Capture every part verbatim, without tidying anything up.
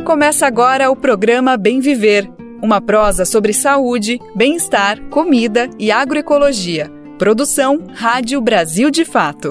Começa agora o programa Bem Viver, uma prosa sobre saúde, bem-estar, comida e agroecologia. Produção Rádio Brasil de Fato.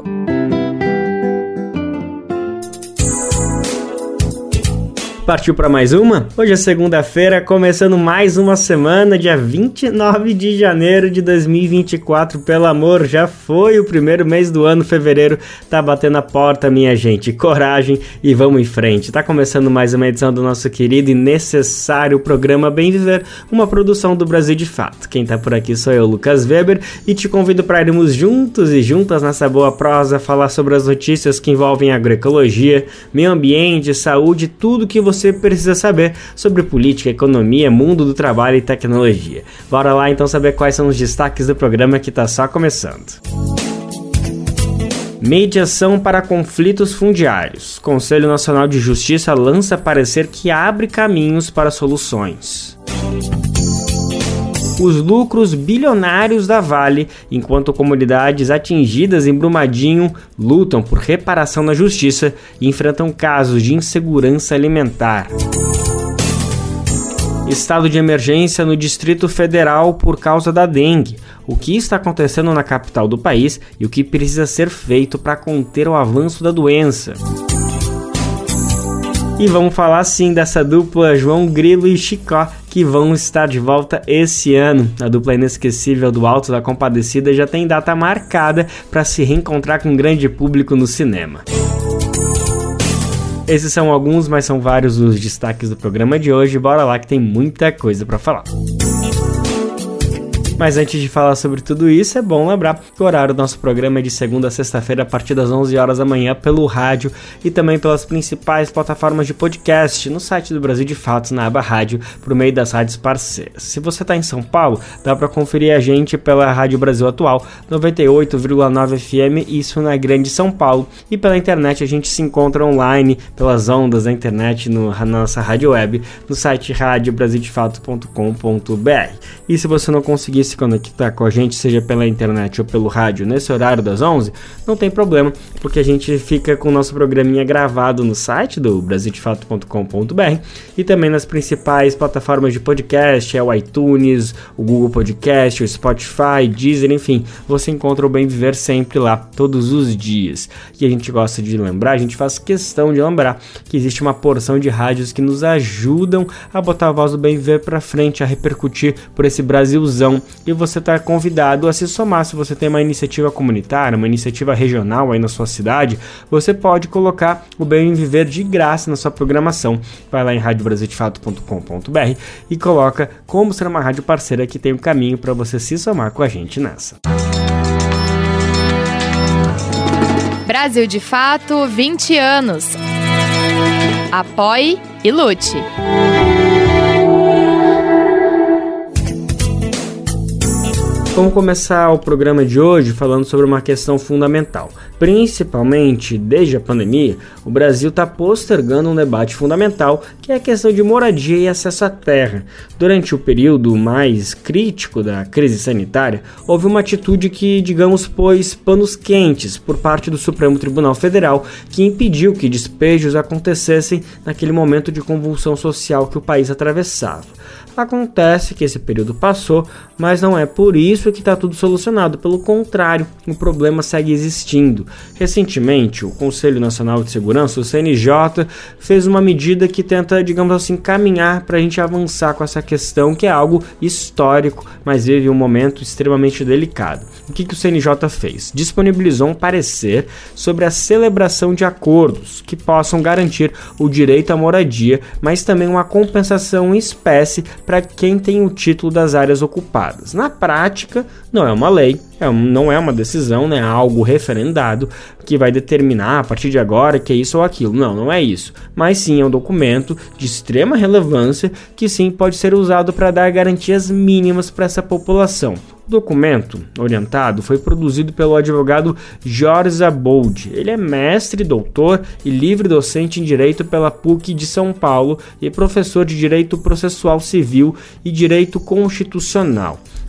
Partiu para mais uma? Hoje é segunda-feira, começando mais uma semana, dia vinte e nove de janeiro de dois mil e vinte e quatro. Pelo amor, já foi o primeiro mês do ano, fevereiro tá batendo a porta, minha gente. Coragem e vamos em frente. Tá começando mais uma edição do nosso querido e necessário programa Bem Viver, uma produção do Brasil de Fato. Quem tá por aqui sou eu, Lucas Weber, e te convido para irmos juntos e juntas nessa boa prosa, falar sobre as notícias que envolvem agroecologia, meio ambiente, saúde, tudo que você você precisa saber sobre política, economia, mundo do trabalho e tecnologia. Bora lá então saber quais são os destaques do programa que está só começando. Mediação para conflitos fundiários. Conselho Nacional de Justiça lança parecer que abre caminhos para soluções. Os lucros bilionários da Vale, enquanto comunidades atingidas em Brumadinho lutam por reparação na justiça e enfrentam casos de insegurança alimentar. Estado de emergência no Distrito Federal por causa da dengue. O que está acontecendo na capital do país e o que precisa ser feito para conter o avanço da doença. E vamos falar sim dessa dupla João Grilo e Chicó, que vão estar de volta esse ano. A dupla inesquecível do Alto da Compadecida já tem data marcada para se reencontrar com um grande público no cinema. Esses são alguns, mas são vários os destaques do programa de hoje. Bora lá que tem muita coisa para falar. Mas antes de falar sobre tudo isso, é bom lembrar que o horário do nosso programa é de segunda a sexta-feira a partir das onze horas da manhã pelo rádio e também pelas principais plataformas de podcast no site do Brasil de Fato, na aba rádio, por meio das rádios parceiras. Se você está em São Paulo, dá para conferir a gente pela Rádio Brasil Atual, noventa e oito vírgula nove F M, isso na Grande São Paulo, e pela internet a gente se encontra online pelas ondas da internet no, na nossa rádio web, no site rádio brasil de fato ponto com ponto b r. E se você não conseguir se conectar com a gente, seja pela internet ou pelo rádio, nesse horário das onze, não tem problema, porque a gente fica com o nosso programinha gravado no site do brasil de fato ponto com ponto b r e também nas principais plataformas de podcast, é o iTunes, o Google Podcast, o Spotify, Deezer, enfim, você encontra o Bem Viver sempre lá, todos os dias. E a gente gosta de lembrar, a gente faz questão de lembrar que existe uma porção de rádios que nos ajudam a botar a voz do Bem Viver pra frente, a repercutir por esse Brasilzão. E você está convidado a se somar. Se você tem uma iniciativa comunitária, uma iniciativa regional aí na sua cidade, você pode colocar o Bem Viver de graça na sua programação. Vai lá em rádio brasil de fato ponto com ponto b r e coloca como ser uma rádio parceira que tem um caminho para você se somar com a gente nessa. Brasil de Fato, vinte anos. Apoie e lute. Vamos começar o programa de hoje falando sobre uma questão fundamental. Principalmente desde a pandemia, o Brasil está postergando um debate fundamental, que é a questão de moradia e acesso à terra. Durante o período mais crítico da crise sanitária, houve uma atitude que, digamos, pôs panos quentes por parte do Supremo Tribunal Federal, que impediu que despejos acontecessem naquele momento de convulsão social que o país atravessava. Acontece que esse período passou, mas não é por isso que está tudo solucionado. Pelo contrário, o problema segue existindo. Recentemente, o Conselho Nacional de Segurança, o C N J, fez uma medida que tenta, digamos assim, caminhar para a gente avançar com essa questão, que é algo histórico, mas vive um momento extremamente delicado. O que, que o C N J fez? Disponibilizou um parecer sobre a celebração de acordos que possam garantir o direito à moradia, mas também uma compensação em espécie para quem tem o título das áreas ocupadas. Na prática, não é uma lei, é, não é uma decisão, né, algo referendado que vai determinar a partir de agora que é isso ou aquilo. Não, não é isso. Mas sim é um documento de extrema relevância que sim pode ser usado para dar garantias mínimas para essa população. O documento orientado foi produzido pelo advogado Jorge Zabold. Ele é mestre, doutor e livre docente em Direito pela P U C de São Paulo e professor de Direito Processual Civil e Direito Constitucional.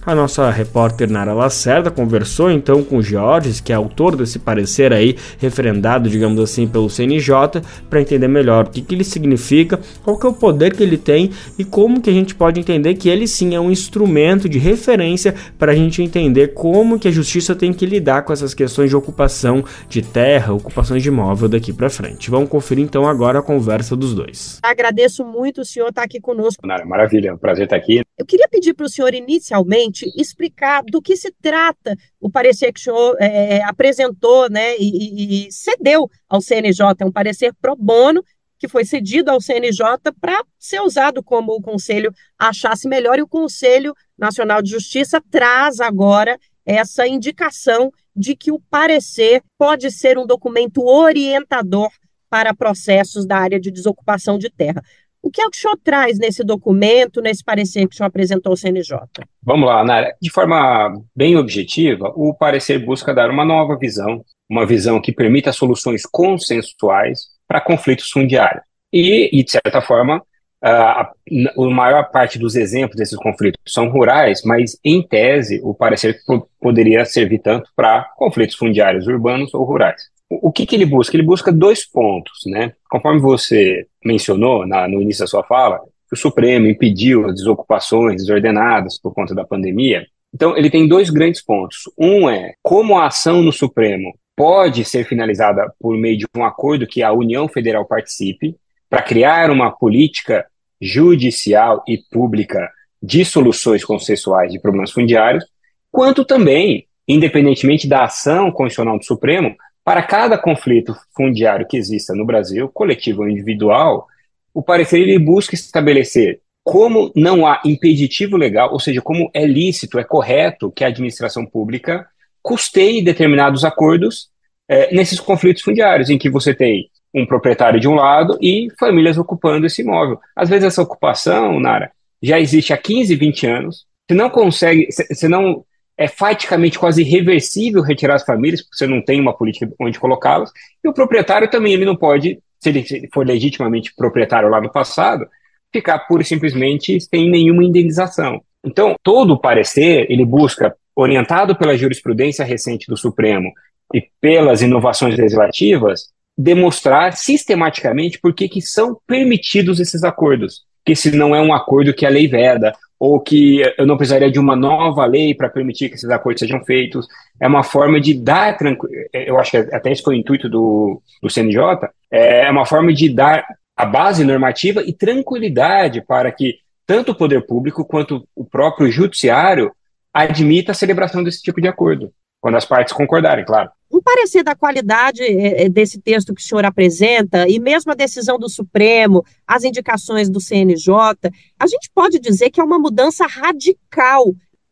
A nossa repórter Nara Lacerda conversou então com o Georges, que é autor desse parecer aí, referendado, digamos assim, pelo C N J, para entender melhor o que, que ele significa, qual que é o poder que ele tem e como que a gente pode entender que ele sim é um instrumento de referência para a gente entender como que a justiça tem que lidar com essas questões de ocupação de terra, ocupações de imóvel daqui para frente. Vamos conferir então agora a conversa dos dois. Agradeço muito o senhor estar aqui conosco. Maravilha, é um prazer estar aqui. Eu queria pedir para o senhor inicialmente explicar do que se trata o parecer que o senhor é, apresentou, né, e, e cedeu ao C N J, é um parecer pro bono que foi cedido ao C N J para ser usado como o Conselho achasse melhor, e o Conselho Nacional de Justiça traz agora essa indicação de que o parecer pode ser um documento orientador para processos da área de desocupação de terra. O que é o que o senhor traz nesse documento, nesse parecer que o senhor apresentou ao C N J? Vamos lá, Nara. De forma bem objetiva, o parecer busca dar uma nova visão, uma visão que permita soluções consensuais para conflitos fundiários. E, e de certa forma, a, a maior parte dos exemplos desses conflitos são rurais, mas, em tese, o parecer po- poderia servir tanto para conflitos fundiários urbanos ou rurais. O que, que ele busca? Ele busca dois pontos, né? Conforme você mencionou na, no início da sua fala, o Supremo impediu as desocupações desordenadas por conta da pandemia. Então, ele tem dois grandes pontos. Um é como a ação no Supremo pode ser finalizada por meio de um acordo que a União Federal participe para criar uma política judicial e pública de soluções consensuais de problemas fundiários, quanto também, independentemente da ação constitucional do Supremo, para cada conflito fundiário que exista no Brasil, coletivo ou individual, o parecer ele busca estabelecer como não há impeditivo legal, ou seja, como é lícito, é correto que a administração pública custeie determinados acordos eh, nesses conflitos fundiários, em que você tem um proprietário de um lado e famílias ocupando esse imóvel. Às vezes essa ocupação, Nara, já existe há quinze, vinte anos, você não consegue, você não... é faticamente quase irreversível retirar as famílias, porque você não tem uma política onde colocá-las, e o proprietário também ele não pode, se ele for legitimamente proprietário lá no passado, ficar pura e simplesmente sem nenhuma indenização. Então, todo o parecer, ele busca, orientado pela jurisprudência recente do Supremo e pelas inovações legislativas, demonstrar sistematicamente por que que são permitidos esses acordos, que se não é um acordo que a lei veda, ou que eu não precisaria de uma nova lei para permitir que esses acordos sejam feitos. É uma forma de dar tranquilidade, eu acho que até esse foi o intuito do, do C N J, é uma forma de dar a base normativa e tranquilidade para que tanto o poder público quanto o próprio judiciário admita a celebração desse tipo de acordo, quando as partes concordarem, claro. Um parecer da qualidade desse texto que o senhor apresenta, e mesmo a decisão do Supremo, as indicações do C N J, a gente pode dizer que é uma mudança radical,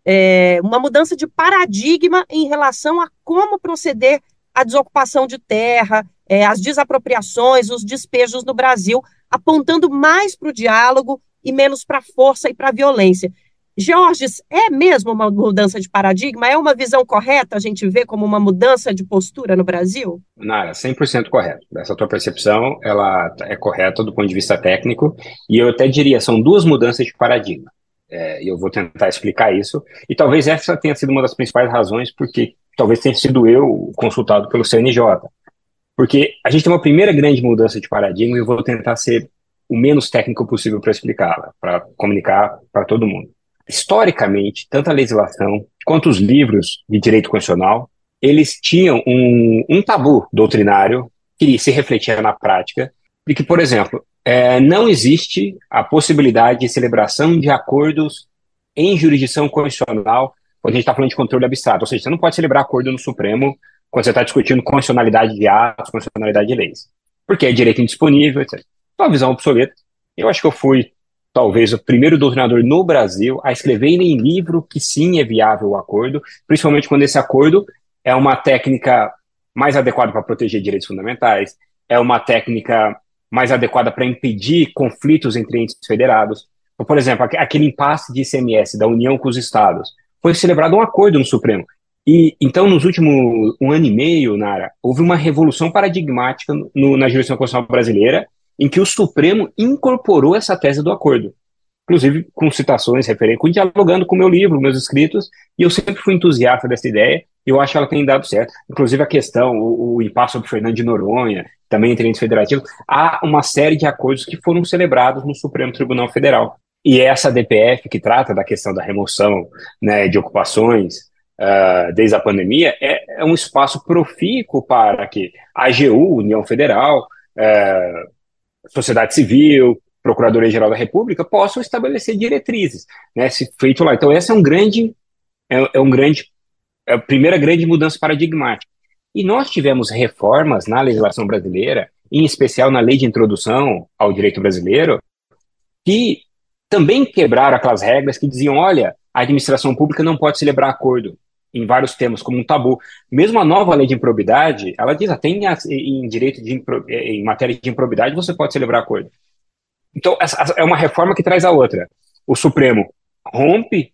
é, uma mudança de paradigma em relação a como proceder à desocupação de terra, é, as desapropriações, os despejos no Brasil, apontando mais para o diálogo e menos para a força e para a violência. Georges, é mesmo uma mudança de paradigma? É uma visão correta a gente vê como uma mudança de postura no Brasil? Nara, cem por cento correto. Essa tua percepção ela é correta do ponto de vista técnico, e eu até diria, são duas mudanças de paradigma. É, e eu vou tentar explicar isso, e talvez essa tenha sido uma das principais razões porque talvez tenha sido eu consultado pelo C N J. Porque a gente tem uma primeira grande mudança de paradigma, e eu vou tentar ser o menos técnico possível para explicá-la, para comunicar para todo mundo. Historicamente, tanto a legislação quanto os livros de direito constitucional, eles tinham um, um tabu doutrinário que se refletia na prática, de que, por exemplo, é, não existe a possibilidade de celebração de acordos em jurisdição constitucional quando a gente está falando de controle abstrato. Ou seja, você não pode celebrar acordo no Supremo quando você está discutindo constitucionalidade de atos, constitucionalidade de leis, porque é direito indisponível, etcétera. Uma visão obsoleta. Eu acho que eu fui talvez o primeiro doutrinador no Brasil a escrever em livro que sim é viável o acordo, principalmente quando esse acordo é uma técnica mais adequada para proteger direitos fundamentais, é uma técnica mais adequada para impedir conflitos entre entes federados. Então, por exemplo, aquele impasse de I C M S da União com os estados, foi celebrado um acordo no Supremo. E então, nos últimos um ano e meio, Nara, houve uma revolução paradigmática no, na jurisdição constitucional brasileira, em que o Supremo incorporou essa tese do acordo. inclusive com citações, referências, com, dialogando com o meu livro, meus escritos, e eu sempre fui entusiasta dessa ideia, e eu acho que ela tem dado certo. Inclusive a questão, o, o impasse sobre Fernando de Noronha, também entre entes federativos, há uma série de acordos que foram celebrados no Supremo Tribunal Federal. E essa D P F, que trata da questão da remoção, né, de ocupações uh, desde a pandemia, é, é um espaço profícuo para que a AGU, União Federal, uh, sociedade civil, Procuradoria-Geral da República, possam estabelecer diretrizes, né, se feito lá. Então, essa é um grande, é, é um grande, é a primeira grande mudança paradigmática. E nós tivemos reformas na legislação brasileira, em especial na lei de introdução ao direito brasileiro, que também quebraram aquelas regras que diziam, olha, a administração pública não pode celebrar acordo em vários temas, como um tabu. Mesmo a nova lei de improbidade, ela diz, até em, em direito de em matéria de improbidade, você pode celebrar acordo. Então, essa é uma reforma que traz a outra. O Supremo rompe,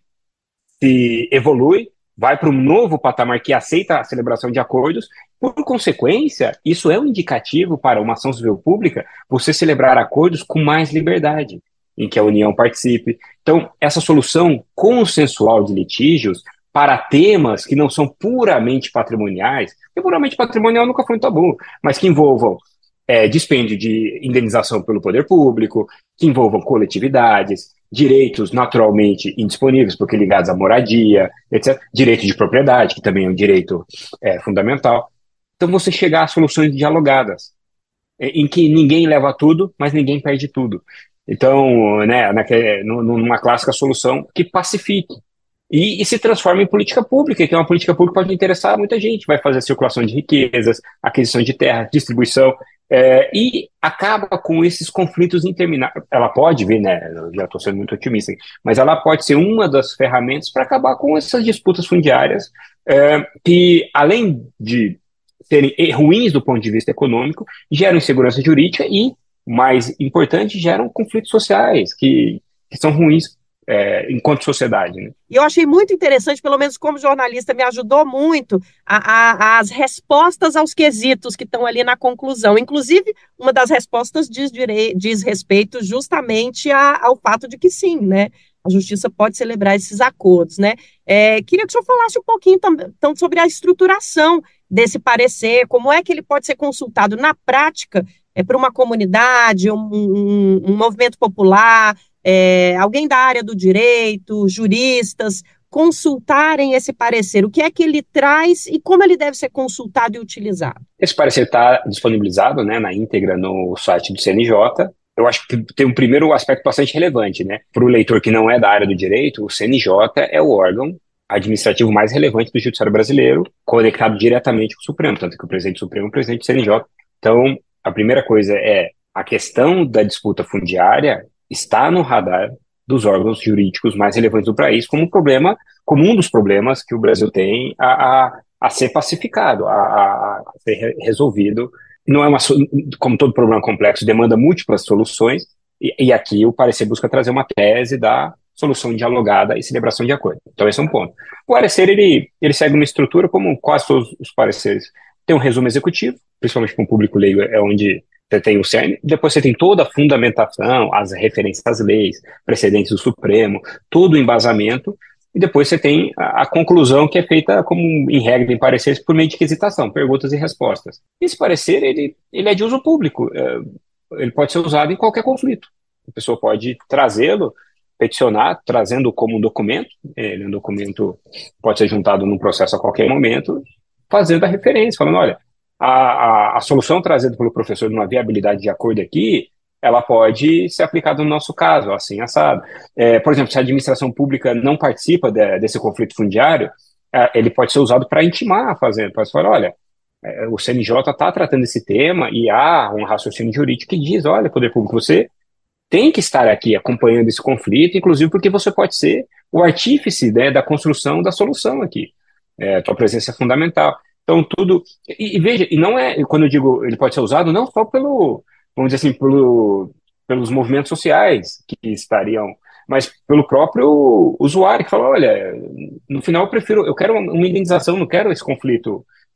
se evolui, vai para um novo patamar que aceita a celebração de acordos. Por consequência, isso é um indicativo para uma ação civil pública, você celebrar acordos com mais liberdade, em que a União participe. Então, essa solução consensual de litígios para temas que não são puramente patrimoniais, porque puramente patrimonial nunca foi um tabu, mas que envolvam é, dispêndio de indenização pelo poder público, que envolvam coletividades, direitos naturalmente indisponíveis, porque ligados à moradia, etcétera, direito de propriedade, que também é um direito é, fundamental. Então, você chegar a soluções dialogadas, em que ninguém leva tudo, mas ninguém perde tudo. Então, né, naquele, numa clássica solução que pacifique e, e se transforma em política pública, que é uma política pública que pode interessar a muita gente, vai fazer circulação de riquezas, aquisição de terra, distribuição, é, e acaba com esses conflitos intermináveis. Ela pode vir, né, eu já estou sendo muito otimista, mas ela pode ser uma das ferramentas para acabar com essas disputas fundiárias, é, que além de serem ruins do ponto de vista econômico, geram insegurança jurídica e, mais importante, geram conflitos sociais que, que são ruins é, enquanto sociedade. Né? E eu achei muito interessante, pelo menos como jornalista, me ajudou muito a, a, as respostas aos quesitos que estão ali na conclusão. Inclusive, uma das respostas diz, direi, diz respeito justamente a, ao fato de que sim, né? A Justiça pode celebrar esses acordos, né? É, queria que o senhor falasse um pouquinho então, sobre a estruturação desse parecer, como é que ele pode ser consultado na prática é, por uma comunidade, um, um, um movimento popular, é, alguém da área do direito, juristas, consultarem esse parecer. O que é que ele traz e como ele deve ser consultado e utilizado? Esse parecer está disponibilizado, né, na íntegra no site do C N J. Eu acho que tem um primeiro aspecto bastante relevante, né? Para o leitor que não é da área do direito, o C N J é o órgão administrativo mais relevante do Judiciário brasileiro, conectado diretamente com o Supremo, tanto que o presidente do Supremo é o presidente do C N J. Então, a primeira coisa é a questão da disputa fundiária está no radar dos órgãos jurídicos mais relevantes do país como um problema, como um dos problemas que o Brasil tem a, a, a ser pacificado, a, a, a ser resolvido. Não é uma, como todo problema complexo, demanda múltiplas soluções, e, e aqui o parecer busca trazer uma tese da solução dialogada e celebração de acordo. Então esse é um ponto. O parecer, ele, ele segue uma estrutura como quase todos os pareceres. Tem um resumo executivo, principalmente para o público leigo, é onde você tem o cerne, depois você tem toda a fundamentação, as referências às leis, precedentes do Supremo, todo o embasamento, e depois você tem a, a conclusão que é feita, como em regra em pareceres, por meio de requisitação, perguntas e respostas. Esse parecer, ele, ele é de uso público, é, ele pode ser usado em qualquer conflito. A pessoa pode trazê-lo, peticionar, trazendo como um documento, ele é um documento pode ser juntado num processo a qualquer momento, fazendo a referência, falando, olha, a, a, a solução trazida pelo professor numa viabilidade de acordo aqui, ela pode ser aplicada no nosso caso, assim, assado. É, por exemplo, se a administração pública não participa de, desse conflito fundiário, é, ele pode ser usado para intimar a fazenda, pode falar, olha, é, o C N J está tratando esse tema e há um raciocínio jurídico que diz, olha, poder público, você tem que estar aqui acompanhando esse conflito, inclusive porque você pode ser o artífice, né, da construção da solução aqui. É, tua presença é fundamental. Então, tudo... E, e veja, e não é, quando eu digo ele pode ser usado, não só pelo, vamos dizer assim, pelo, pelos movimentos sociais que estariam, mas pelo próprio usuário, que fala, olha, no final eu prefiro, eu quero uma indenização, não quero esse conflito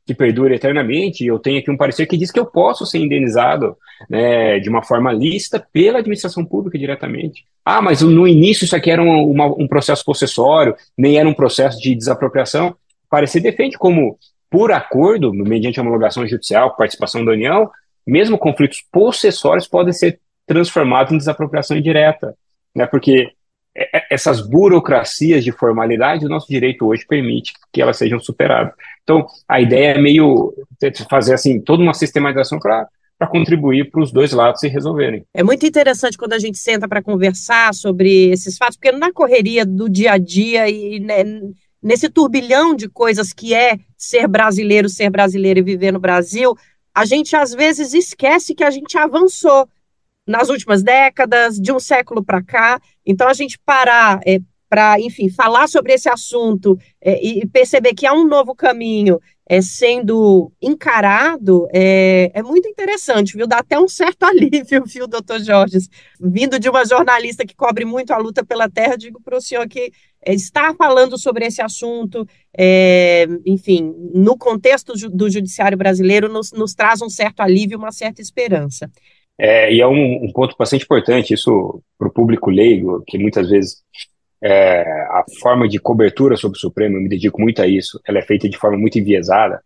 que perdure eternamente. Eu tenho aqui um parecer que diz que eu posso ser indenizado, né, de uma forma lícita pela administração pública diretamente. Ah, mas no início isso aqui era um, uma, um processo possessório, nem era um processo de desapropriação. O parecer defende como, por acordo, mediante homologação judicial, participação da União, mesmo conflitos possessórios podem ser transformados em desapropriação indireta, né, porque essas burocracias de formalidade, o nosso direito hoje permite que elas sejam superadas. Então, a ideia é meio fazer assim toda uma sistematização para para contribuir para os dois lados se resolverem. É muito interessante quando a gente senta para conversar sobre esses fatos, porque na correria do dia a dia e né, nesse turbilhão de coisas que é ser brasileiro, ser brasileiro e viver no Brasil, a gente às vezes esquece que a gente avançou nas últimas décadas, de um século para cá. Então, a gente parar é, para, enfim, falar sobre esse assunto é, e perceber que há um novo caminho é, sendo encarado é, é muito interessante, viu? Dá até um certo alívio, viu, doutor Jorge? Vindo de uma jornalista que cobre muito a luta pela terra, digo para o senhor que é, estar falando sobre esse assunto, é, enfim, no contexto do judiciário brasileiro, nos, nos traz um certo alívio, uma certa esperança. É, e é um, um ponto bastante importante, isso para o público leigo, que muitas vezes é, a forma de cobertura sobre o Supremo, eu me dedico muito a isso, ela é feita de forma muito enviesada.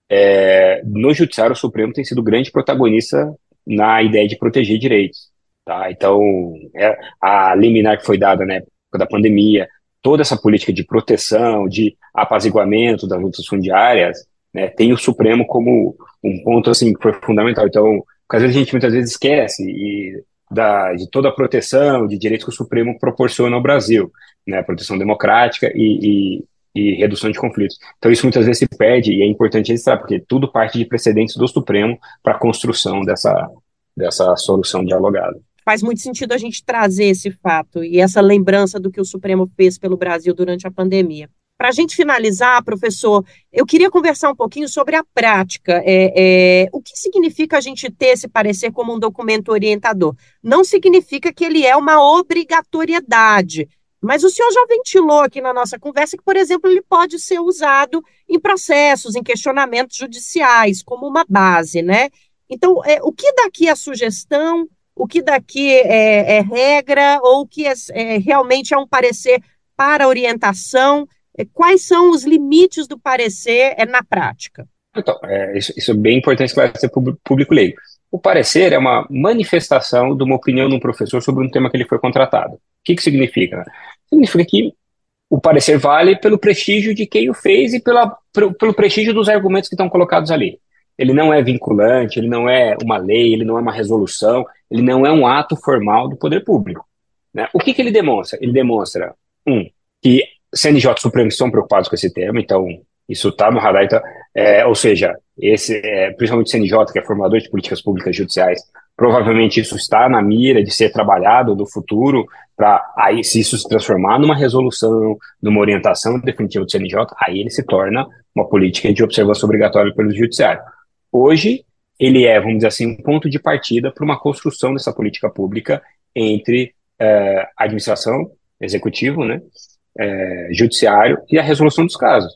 É, no Judiciário, o Supremo tem sido grande protagonista na ideia de proteger direitos. Tá? Então, é, a liminar que foi dada na época da pandemia, toda essa política de proteção, de apaziguamento das lutas fundiárias, né, tem o Supremo como um ponto assim, que foi fundamental. Então, porque às vezes a gente muitas vezes esquece e da, de toda a proteção de direitos que o Supremo proporciona ao Brasil, né, proteção democrática e, e, e redução de conflitos. Então isso muitas vezes se perde e é importante registrar, porque tudo parte de precedentes do Supremo para a construção dessa, dessa solução dialogada. Faz muito sentido a gente trazer esse fato e essa lembrança do que o Supremo fez pelo Brasil durante a pandemia. Para a gente finalizar, professor, eu queria conversar um pouquinho sobre a prática. É, é, o que significa a gente ter esse parecer como um documento orientador? Não significa que ele é uma obrigatoriedade, mas o senhor já ventilou aqui na nossa conversa que, por exemplo, ele pode ser usado em processos, em questionamentos judiciais, como uma base, né? Então, é, o que daqui é sugestão, o que daqui é, é regra, ou o que é, é, realmente é um parecer para orientação? Quais são os limites do parecer na prática? Então, é, isso, isso é bem importante esclarecer para o público leigo. O parecer é uma manifestação de uma opinião de um professor sobre um tema que ele foi contratado. O que, que significa? Significa que o parecer vale pelo prestígio de quem o fez e pela, pelo, pelo prestígio dos argumentos que estão colocados ali. Ele não é vinculante, ele não é uma lei, ele não é uma resolução, ele não é um ato formal do poder público, né? O que, que ele demonstra? Ele demonstra, um, que C N J e Supremo estão preocupados com esse tema, então isso está no radar, então, é, ou seja, esse, é, principalmente o C N J, que é formador de políticas públicas judiciais, provavelmente isso está na mira de ser trabalhado no futuro para aí, se isso se transformar numa resolução, numa orientação definitiva do C N J, aí ele se torna uma política de observância obrigatória pelo judiciário. Hoje, ele é, vamos dizer assim, um ponto de partida para uma construção dessa política pública entre é, a administração, executivo, né, É, judiciário e a resolução dos casos.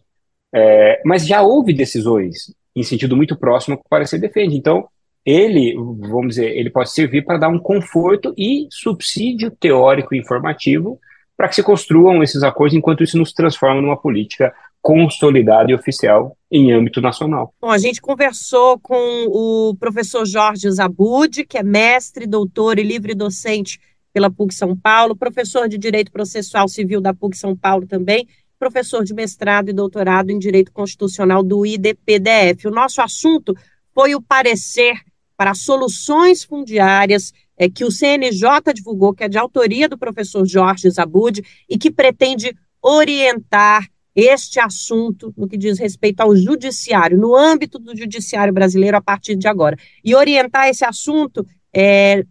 É, mas já houve decisões em sentido muito próximo que o parecer defende. Então, ele, vamos dizer, ele pode servir para dar um conforto e subsídio teórico e informativo para que se construam esses acordos, enquanto isso nos transforma numa política consolidada e oficial em âmbito nacional. Bom, a gente conversou com o professor Jorge Zabud, que é mestre, doutor e livre docente pela PUC São Paulo, professor de Direito Processual Civil da PUC São Paulo também, professor de mestrado e doutorado em Direito Constitucional do I D P D F. O nosso assunto foi o parecer para soluções fundiárias é, que o C N J divulgou, que é de autoria do professor Jorge Zabud e que pretende orientar este assunto no que diz respeito ao judiciário, no âmbito do judiciário brasileiro a partir de agora. E orientar esse assunto é,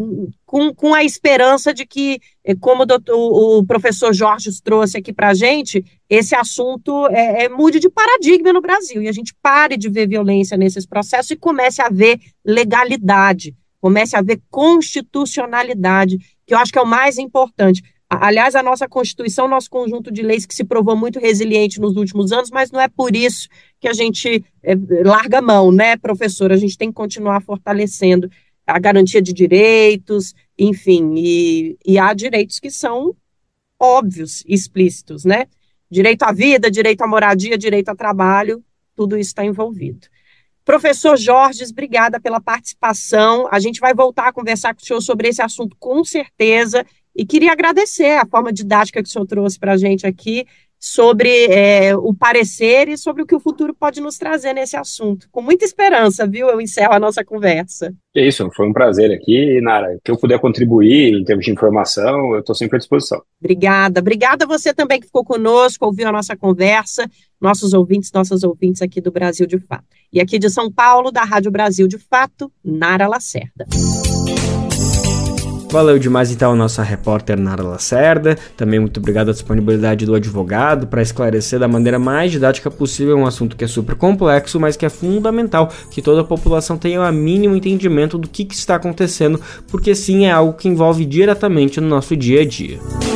Com, com a esperança de que, como o, doutor, o professor Jorge trouxe aqui para a gente, esse assunto é, é, mude de paradigma no Brasil e a gente pare de ver violência nesses processos e comece a ver legalidade, comece a ver constitucionalidade, que eu acho que é o mais importante. Aliás, a nossa Constituição, nosso conjunto de leis que se provou muito resiliente nos últimos anos, mas não é por isso que a gente é, larga a mão, né, professora? A gente tem que continuar fortalecendo a garantia de direitos, enfim, e, e há direitos que são óbvios, explícitos, né? Direito à vida, direito à moradia, direito a trabalho, tudo isso está envolvido. Professor Jorge, obrigada pela participação. A gente vai voltar a conversar com o senhor sobre esse assunto com certeza. E queria agradecer a forma didática que o senhor trouxe para a gente aqui sobre é, o parecer e sobre o que o futuro pode nos trazer nesse assunto. Com muita esperança, viu? Eu encerro a nossa conversa. É isso, foi um prazer aqui, Nara. Que eu puder contribuir em termos de informação, eu estou sempre à disposição. Obrigada. Obrigada a você também que ficou conosco, ouviu a nossa conversa, nossos ouvintes, nossas ouvintes aqui do Brasil de Fato. E aqui de São Paulo, da Rádio Brasil de Fato, Nara Lacerda. Valeu demais então a nossa repórter Nara Lacerda, também muito obrigado à disponibilidade do advogado para esclarecer da maneira mais didática possível um assunto que é super complexo, mas que é fundamental que toda a população tenha o mínimo entendimento do que, que está acontecendo, porque sim, é algo que envolve diretamente no nosso dia a dia.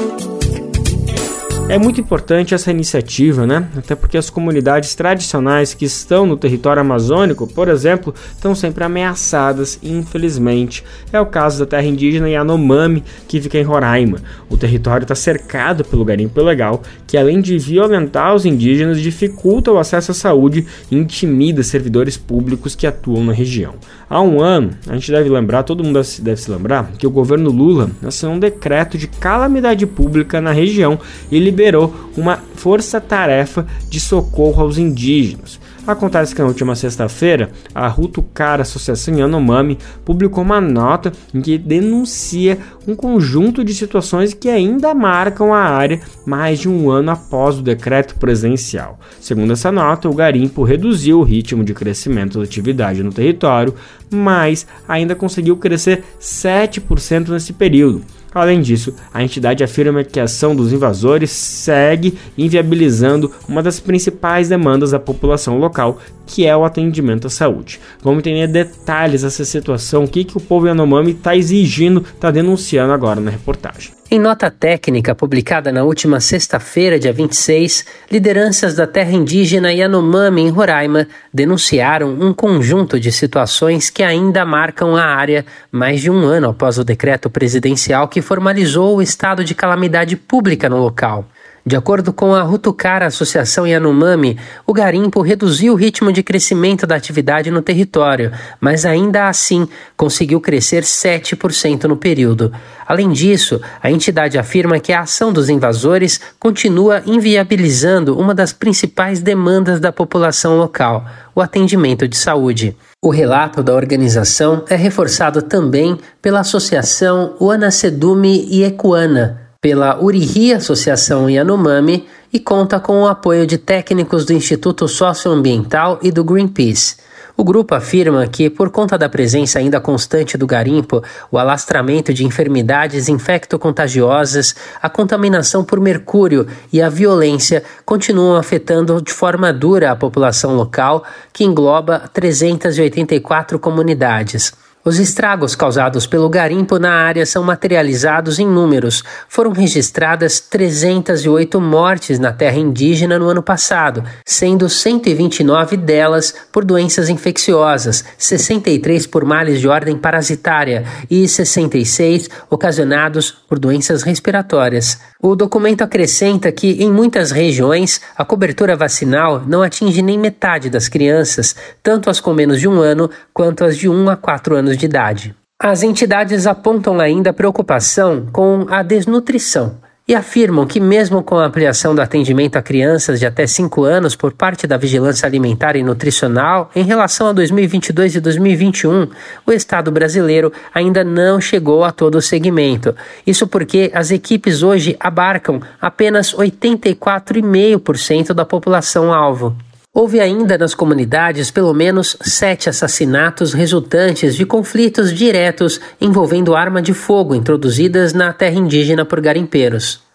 É muito importante essa iniciativa, né? Até porque as comunidades tradicionais que estão no território amazônico, por exemplo, estão sempre ameaçadas, infelizmente. É o caso da terra indígena Yanomami, que fica em Roraima. O território está cercado pelo garimpo ilegal, que além de violentar os indígenas, dificulta o acesso à saúde e intimida servidores públicos que atuam na região. Há um ano, a gente deve lembrar, todo mundo deve se lembrar, que o governo Lula assinou um decreto de calamidade pública na região e liberou uma força-tarefa de socorro aos indígenas. Acontece que na última sexta-feira, a Rutucara Associação Yanomami publicou uma nota em que denuncia um conjunto de situações que ainda marcam a área mais de um ano após o decreto presidencial. Segundo essa nota, o garimpo reduziu o ritmo de crescimento da atividade no território, mas ainda conseguiu crescer sete por cento nesse período. Além disso, a entidade afirma que a ação dos invasores segue inviabilizando uma das principais demandas da população local, que é o atendimento à saúde. Vamos entender detalhes dessa situação, o que, que o povo Yanomami está exigindo, está denunciando agora na reportagem. Em nota técnica publicada na última sexta-feira, dia vinte e seis, lideranças da terra indígena Yanomami em Roraima denunciaram um conjunto de situações que ainda marcam a área mais de um ano após o decreto presidencial que formalizou o estado de calamidade pública no local. De acordo com a Rutucara Associação Yanomami, o garimpo reduziu o ritmo de crescimento da atividade no território, mas ainda assim conseguiu crescer sete por cento no período. Além disso, a entidade afirma que a ação dos invasores continua inviabilizando uma das principais demandas da população local, o atendimento de saúde. O relato da organização é reforçado também pela Associação Uanacedume e Ecuana, pela Urihi Associação Yanomami e conta com o apoio de técnicos do Instituto Socioambiental e do Greenpeace. O grupo afirma que, por conta da presença ainda constante do garimpo, o alastramento de enfermidades infecto-contagiosas, a contaminação por mercúrio e a violência continuam afetando de forma dura a população local, que engloba trezentas e oitenta e quatro comunidades. Os estragos causados pelo garimpo na área são materializados em números. Foram registradas trezentas e oito mortes na terra indígena no ano passado, sendo cento e vinte e nove delas por doenças infecciosas, sessenta e três por males de ordem parasitária e sessenta e seis ocasionados por doenças respiratórias. O documento acrescenta que, em muitas regiões, a cobertura vacinal não atinge nem metade das crianças, tanto as com menos de um ano quanto as de um a quatro anos de idade. As entidades apontam ainda preocupação com a desnutrição e afirmam que, mesmo com a ampliação do atendimento a crianças de até cinco anos por parte da Vigilância Alimentar e Nutricional em relação a dois mil e vinte e dois e dois mil e vinte e um, o Estado brasileiro ainda não chegou a todo o segmento. Isso porque as equipes hoje abarcam apenas oitenta e quatro vírgula cinco por cento da população-alvo. Houve ainda nas comunidades pelo menos sete assassinatos resultantes de conflitos diretos envolvendo arma de fogo introduzidas na terra indígena por garimpeiros.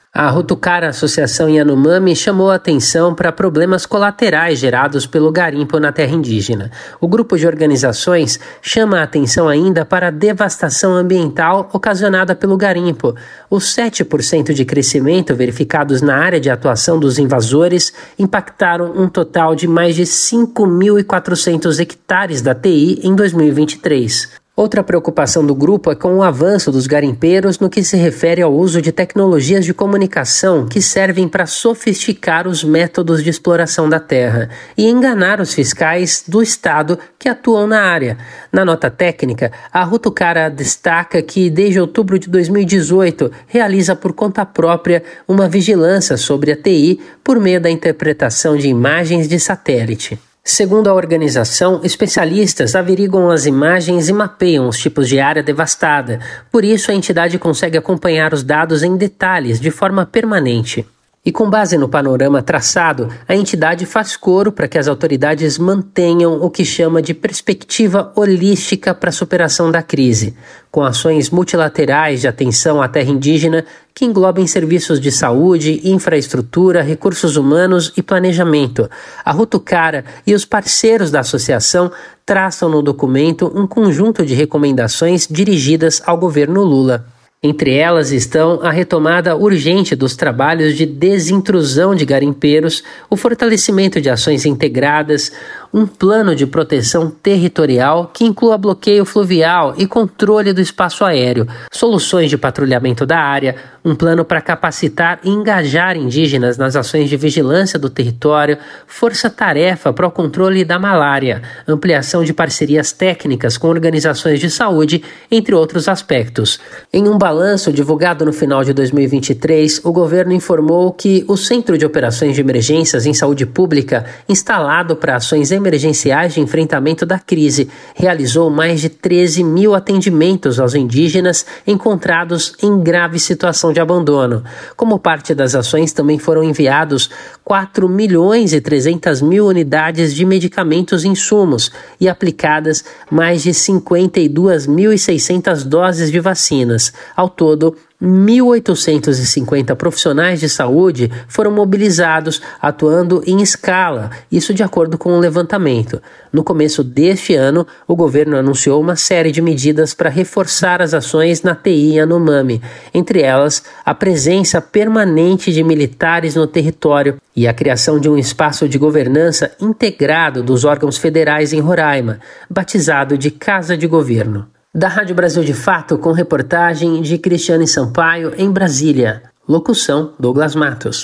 A Rutucara Associação Yanomami chamou a atenção para problemas colaterais gerados pelo garimpo na terra indígena. O grupo de organizações chama a atenção ainda para a devastação ambiental ocasionada pelo garimpo. Os sete por cento de crescimento verificados na área de atuação dos invasores impactaram um total de mais de cinco mil e quatrocentos hectares da T I em dois mil e vinte e três. Outra preocupação do grupo é com o avanço dos garimpeiros no que se refere ao uso de tecnologias de comunicação que servem para sofisticar os métodos de exploração da terra e enganar os fiscais do estado que atuam na área. Na nota técnica, a Rutucara destaca que desde outubro de dois mil e dezoito realiza por conta própria uma vigilância sobre a T I por meio da interpretação de imagens de satélite. Segundo a organização, especialistas averiguam as imagens e mapeiam os tipos de área devastada. Por isso, a entidade consegue acompanhar os dados em detalhes de forma permanente. E com base no panorama traçado, a entidade faz coro para que as autoridades mantenham o que chama de perspectiva holística para a superação da crise, com ações multilaterais de atenção à terra indígena que englobem serviços de saúde, infraestrutura, recursos humanos e planejamento. A Rutucara e os parceiros da associação traçam no documento um conjunto de recomendações dirigidas ao governo Lula. Entre elas estão a retomada urgente dos trabalhos de desintrusão de garimpeiros, o fortalecimento de ações integradas, um plano de proteção territorial que inclua bloqueio fluvial e controle do espaço aéreo, soluções de patrulhamento da área, um plano para capacitar e engajar indígenas nas ações de vigilância do território, força-tarefa para o controle da malária, ampliação de parcerias técnicas com organizações de saúde, entre outros aspectos. Em um balanço divulgado no final de dois mil e vinte e três, o governo informou que o Centro de Operações de Emergências em Saúde Pública, instalado para ações emergenciais de enfrentamento da crise, realizou mais de treze mil atendimentos aos indígenas encontrados em grave situação de abandono. Como parte das ações, também foram enviados quatro milhões e trezentas mil unidades de medicamentos e insumos e aplicadas mais de cinquenta e duas mil e seiscentas doses de vacinas. Ao todo, mil oitocentos e cinquenta profissionais de saúde foram mobilizados, atuando em escala, isso de acordo com o levantamento. No começo deste ano, o governo anunciou uma série de medidas para reforçar as ações na T I Yanomami, entre elas a presença permanente de militares no território e a criação de um espaço de governança integrado dos órgãos federais em Roraima, batizado de Casa de Governo. Da Rádio Brasil de Fato, com reportagem de Cristiane Sampaio em Brasília. Locução, Douglas Matos.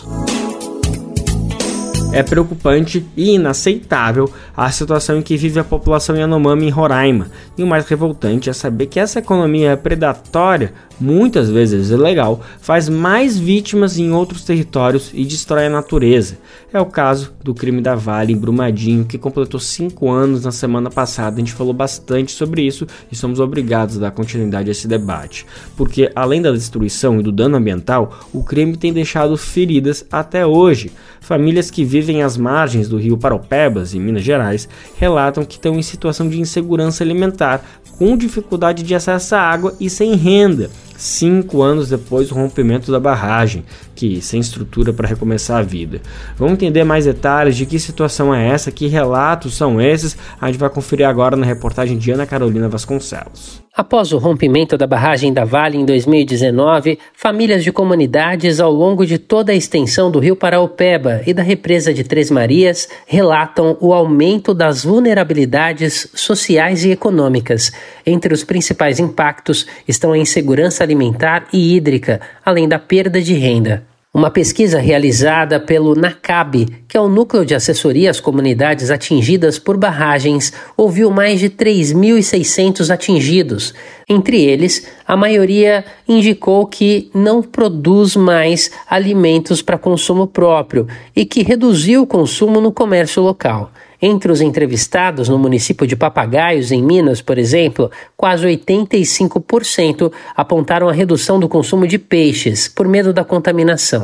É preocupante e inaceitável a situação em que vive a população Yanomami em Roraima. E o mais revoltante é saber que essa economia predatória, muitas vezes ilegal, faz mais vítimas em outros territórios e destrói a natureza. É o caso do crime da Vale em Brumadinho, que completou cinco anos na semana passada. A gente falou bastante sobre isso e somos obrigados a dar continuidade a esse debate. Porque, além da destruição e do dano ambiental, o crime tem deixado feridas até hoje. Famílias que vivem às margens do rio Paraupebas, em Minas Gerais, relatam que estão em situação de insegurança alimentar, com dificuldade de acesso à água e sem renda, cinco anos depois do rompimento da barragem, que sem estrutura para recomeçar a vida. Vamos entender mais detalhes de que situação é essa, que relatos são esses, a gente vai conferir agora na reportagem de Ana Carolina Vasconcelos. Após o rompimento da barragem da Vale em dois mil e dezenove, famílias de comunidades ao longo de toda a extensão do rio Paraupeba e da represa de Três Marias relatam o aumento das vulnerabilidades sociais e econômicas. Entre os principais impactos estão a insegurança alimentar e hídrica, além da perda de renda. Uma pesquisa realizada pelo NACAB, que é o Núcleo de Assessoria às Comunidades Atingidas por Barragens, ouviu mais de três mil e seiscentos atingidos. Entre eles, a maioria indicou que não produz mais alimentos para consumo próprio e que reduziu o consumo no comércio local. Entre os entrevistados no município de Papagaios, em Minas, por exemplo, quase oitenta e cinco por cento apontaram a redução do consumo de peixes por medo da contaminação.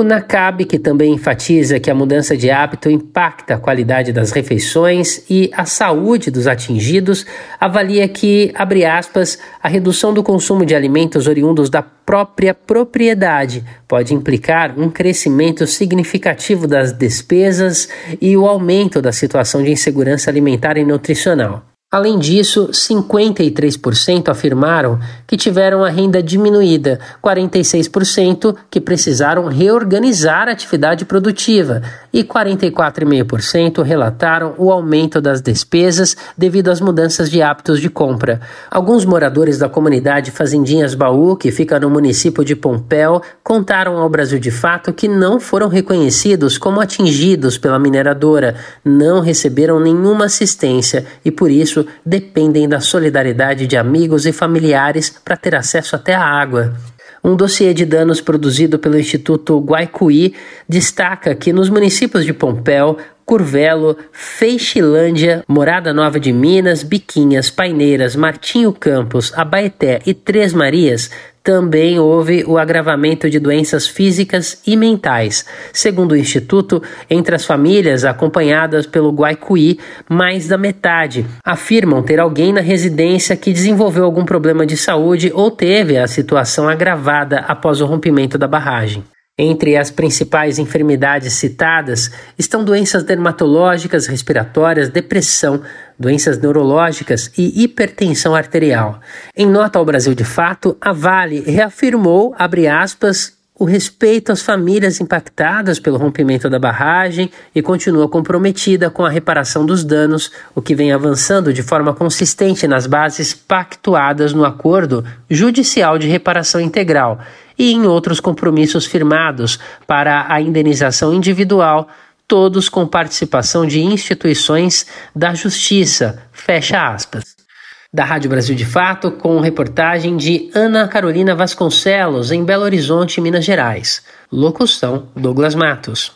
O NACAB, que também enfatiza que a mudança de hábito impacta a qualidade das refeições e a saúde dos atingidos, avalia que, abre aspas, a redução do consumo de alimentos oriundos da própria propriedade pode implicar um crescimento significativo das despesas e o aumento da situação de insegurança alimentar e nutricional. Além disso, cinquenta e três por cento afirmaram que tiveram a renda diminuída, quarenta e seis por cento que precisaram reorganizar a atividade produtiva e quarenta e quatro vírgula cinco por cento relataram o aumento das despesas devido às mudanças de hábitos de compra. Alguns moradores da comunidade Fazendinhas Baú, que fica no município de Pompéu, contaram ao Brasil de Fato que não foram reconhecidos como atingidos pela mineradora, não receberam nenhuma assistência e, por isso, dependem da solidariedade de amigos e familiares para ter acesso até a água. Um dossiê de danos produzido pelo Instituto Guaicuí destaca que nos municípios de Pompéu, Curvelo, Feixilândia, Morada Nova de Minas, Biquinhas, Paineiras, Martinho Campos, Abaeté e Três Marias, também houve o agravamento de doenças físicas e mentais. Segundo o Instituto, entre as famílias acompanhadas pelo Guaicuí, mais da metade afirmam ter alguém na residência que desenvolveu algum problema de saúde ou teve a situação agravada após o rompimento da barragem. Entre as principais enfermidades citadas estão doenças dermatológicas, respiratórias, depressão, doenças neurológicas e hipertensão arterial. Em nota ao Brasil de Fato, a Vale reafirmou, abre aspas, o respeito às famílias impactadas pelo rompimento da barragem e continua comprometida com a reparação dos danos, o que vem avançando de forma consistente nas bases pactuadas no Acordo Judicial de Reparação Integral e em outros compromissos firmados para a indenização individual, todos com participação de instituições da Justiça, fecha aspas. Da Rádio Brasil de Fato, com reportagem de Ana Carolina Vasconcelos, em Belo Horizonte, Minas Gerais. Locução, Douglas Matos.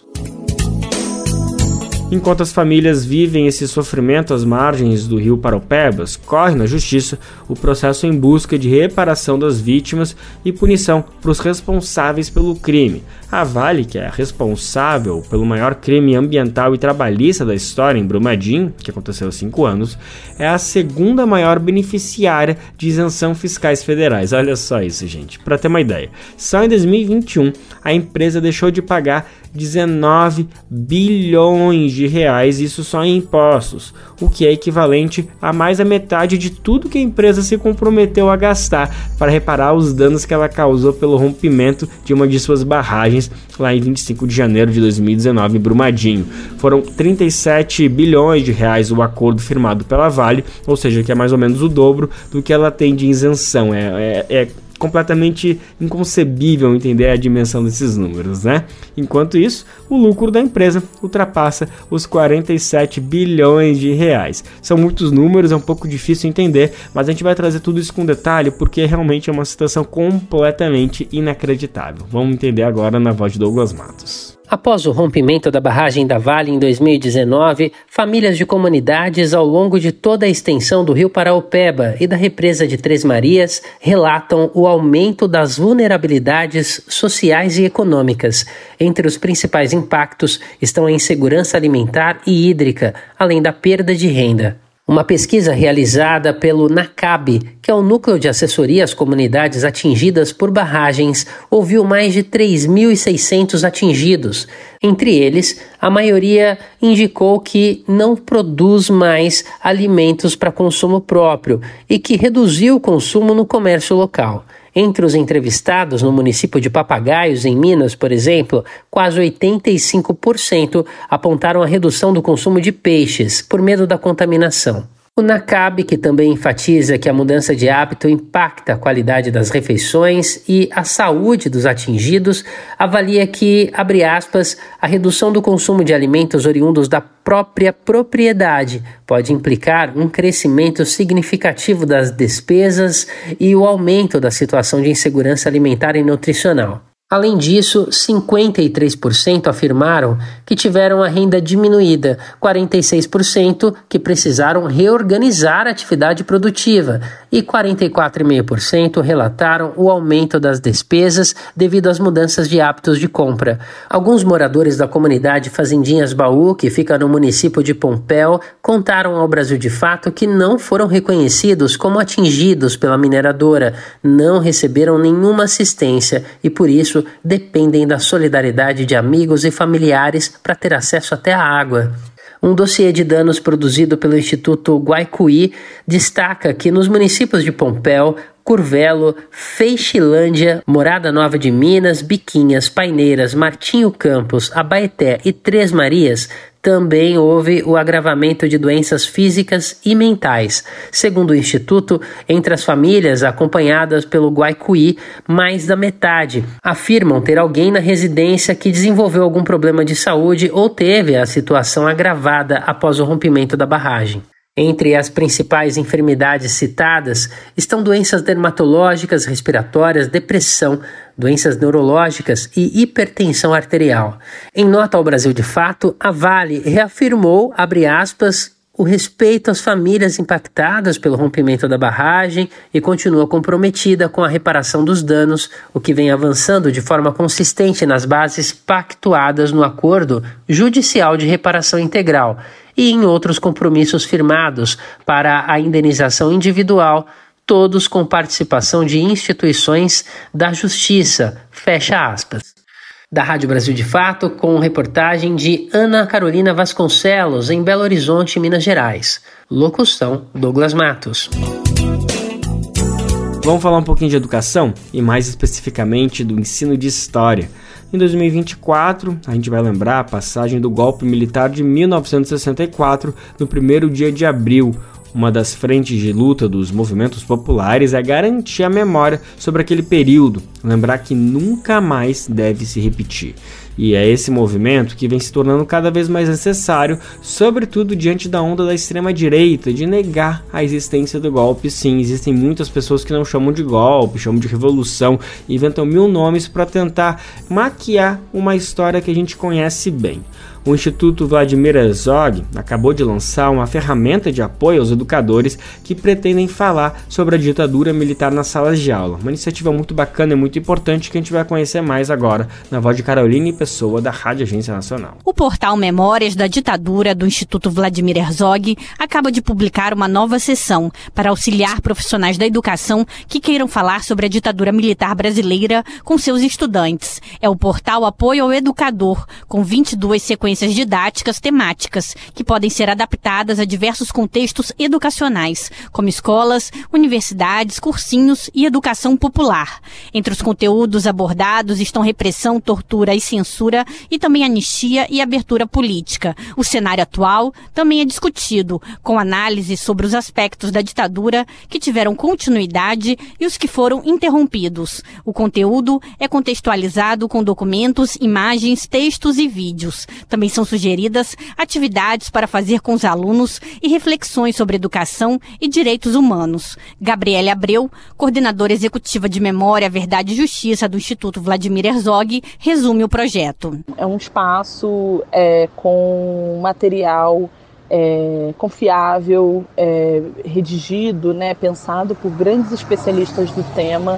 Enquanto as famílias vivem esse sofrimento às margens do rio Paraupebas, corre na justiça o processo em busca de reparação das vítimas e punição para os responsáveis pelo crime. A Vale, que é responsável pelo maior crime ambiental e trabalhista da história em Brumadinho, que aconteceu há cinco anos, é a segunda maior beneficiária de isenção fiscais federais. Olha só isso, gente. Para ter uma ideia, só em dois mil e vinte e um a empresa deixou de pagar dezenove bilhões de reais, isso só em impostos, o que é equivalente a mais da metade de tudo que a empresa se comprometeu a gastar para reparar os danos que ela causou pelo rompimento de uma de suas barragens lá em vinte e cinco de janeiro de dois mil e dezenove em Brumadinho. Foram trinta e sete bilhões de reais o acordo firmado pela Vale, ou seja, que é mais ou menos o dobro do que ela tem de isenção. É, é, é completamente inconcebível entender a dimensão desses números, né? Enquanto isso, o lucro da empresa ultrapassa os quarenta e sete bilhões de reais. São muitos números, é um pouco difícil entender, mas a gente vai trazer tudo isso com detalhe porque realmente é uma situação completamente inacreditável. Vamos entender agora na voz de Douglas Matos. Após o rompimento da barragem da Vale em dois mil e dezenove, famílias de comunidades ao longo de toda a extensão do rio Paraupeba e da represa de Três Marias relatam o aumento das vulnerabilidades sociais e econômicas. Entre os principais impactos estão a insegurança alimentar e hídrica, além da perda de renda. Uma pesquisa realizada pelo NACAB, que é o Núcleo de Assessoria às Comunidades Atingidas por Barragens, ouviu mais de três mil e seiscentos atingidos. Entre eles, a maioria indicou que não produz mais alimentos para consumo próprio e que reduziu o consumo no comércio local. Entre os entrevistados no município de Papagaios, em Minas, por exemplo, quase oitenta e cinco por cento apontaram a redução do consumo de peixes por medo da contaminação. O NACAB, que também enfatiza que a mudança de hábito impacta a qualidade das refeições e a saúde dos atingidos, avalia que, abre aspas, a redução do consumo de alimentos oriundos da própria propriedade pode implicar um crescimento significativo das despesas e o aumento da situação de insegurança alimentar e nutricional. Além disso, cinquenta e três por cento afirmaram que tiveram a renda diminuída, quarenta e seis por cento que precisaram reorganizar a atividade produtiva e quarenta e quatro vírgula cinco por cento relataram o aumento das despesas devido às mudanças de hábitos de compra. Alguns moradores da comunidade Fazendinhas Baú, que fica no município de Pompéu, contaram ao Brasil de Fato que não foram reconhecidos como atingidos pela mineradora, não receberam nenhuma assistência e, por isso, dependem da solidariedade de amigos e familiares para ter acesso até a água. Um dossiê de danos produzido pelo Instituto Guaicuí destaca que nos municípios de Pompéu, Curvelo, Feixilândia, Morada Nova de Minas, Biquinhas, Paineiras, Martinho Campos, Abaeté e Três Marias, também houve o agravamento de doenças físicas e mentais. Segundo o Instituto, entre as famílias acompanhadas pelo Guaicuí, mais da metade afirmam ter alguém na residência que desenvolveu algum problema de saúde ou teve a situação agravada após o rompimento da barragem. Entre as principais enfermidades citadas estão doenças dermatológicas, respiratórias, depressão, doenças neurológicas e hipertensão arterial. Em nota ao Brasil de Fato, a Vale reafirmou, abre aspas, o respeito às famílias impactadas pelo rompimento da barragem e continua comprometida com a reparação dos danos, o que vem avançando de forma consistente nas bases pactuadas no Acordo Judicial de Reparação Integral e em outros compromissos firmados para a indenização individual, todos com participação de instituições da Justiça, fecha aspas. Da Rádio Brasil de Fato, com reportagem de Ana Carolina Vasconcelos, em Belo Horizonte, Minas Gerais. Locução, Douglas Matos. Vamos falar um pouquinho de educação e mais especificamente do ensino de história. Em dois mil e vinte e quatro, a gente vai lembrar a passagem do golpe militar de mil novecentos e sessenta e quatro, no primeiro dia de abril. Uma das frentes de luta dos movimentos populares é garantir a memória sobre aquele período, lembrar que nunca mais deve se repetir. E é esse movimento que vem se tornando cada vez mais necessário, sobretudo diante da onda da extrema-direita, de negar a existência do golpe. Sim, existem muitas pessoas que não chamam de golpe, chamam de revolução, e inventam mil nomes para tentar maquiar uma história que a gente conhece bem. O Instituto Vladimir Herzog acabou de lançar uma ferramenta de apoio aos educadores que pretendem falar sobre a ditadura militar nas salas de aula. Uma iniciativa muito bacana e muito importante que a gente vai conhecer mais agora na voz de Caroline Pessoa, da Rádio Agência Nacional. O portal Memórias da Ditadura do Instituto Vladimir Herzog acaba de publicar uma nova sessão para auxiliar profissionais da educação que queiram falar sobre a ditadura militar brasileira com seus estudantes. É o portal Apoio ao Educador, com vinte e duas sequências didáticas temáticas que podem ser adaptadas a diversos contextos educacionais, como escolas, universidades, cursinhos e educação popular. Entre os conteúdos abordados estão repressão, tortura e censura e também anistia e abertura política. O cenário atual também é discutido, com análise sobre os aspectos da ditadura que tiveram continuidade e os que foram interrompidos. O conteúdo é contextualizado com documentos, imagens, textos e vídeos. Também são sugeridas atividades para fazer com os alunos e reflexões sobre educação e direitos humanos. Gabriele Abreu, coordenadora executiva de Memória, Verdade e Justiça do Instituto Vladimir Herzog, resume o projeto. É um espaço é, com material é, confiável, é, redigido, né, pensado por grandes especialistas do tema,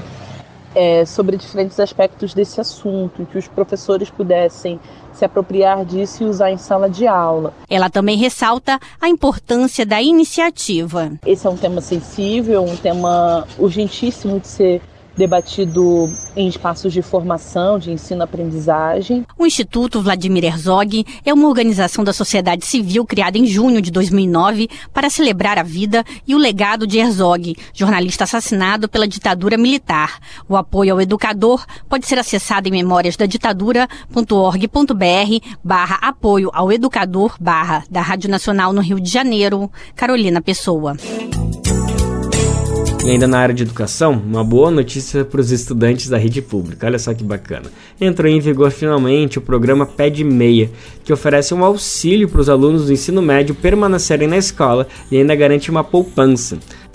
é, sobre diferentes aspectos desse assunto, que os professores pudessem se apropriar disso e usar em sala de aula. Ela também ressalta a importância da iniciativa. Esse é um tema sensível, um tema urgentíssimo de ser debatido em espaços de formação, de ensino-aprendizagem. O Instituto Vladimir Herzog é uma organização da sociedade civil criada em junho de dois mil e nove para celebrar a vida e o legado de Herzog, jornalista assassinado pela ditadura militar. O apoio ao educador pode ser acessado em memoriasdaditadura.org.br barra apoio ao educador barra da Rádio Nacional no Rio de Janeiro. Carolina Pessoa. E ainda na área de educação, uma boa notícia para os estudantes da rede pública. Olha só que bacana. Entrou em vigor finalmente o programa Pé de Meia, que oferece um auxílio para os alunos do ensino médio permanecerem na escola e ainda garante uma poupança.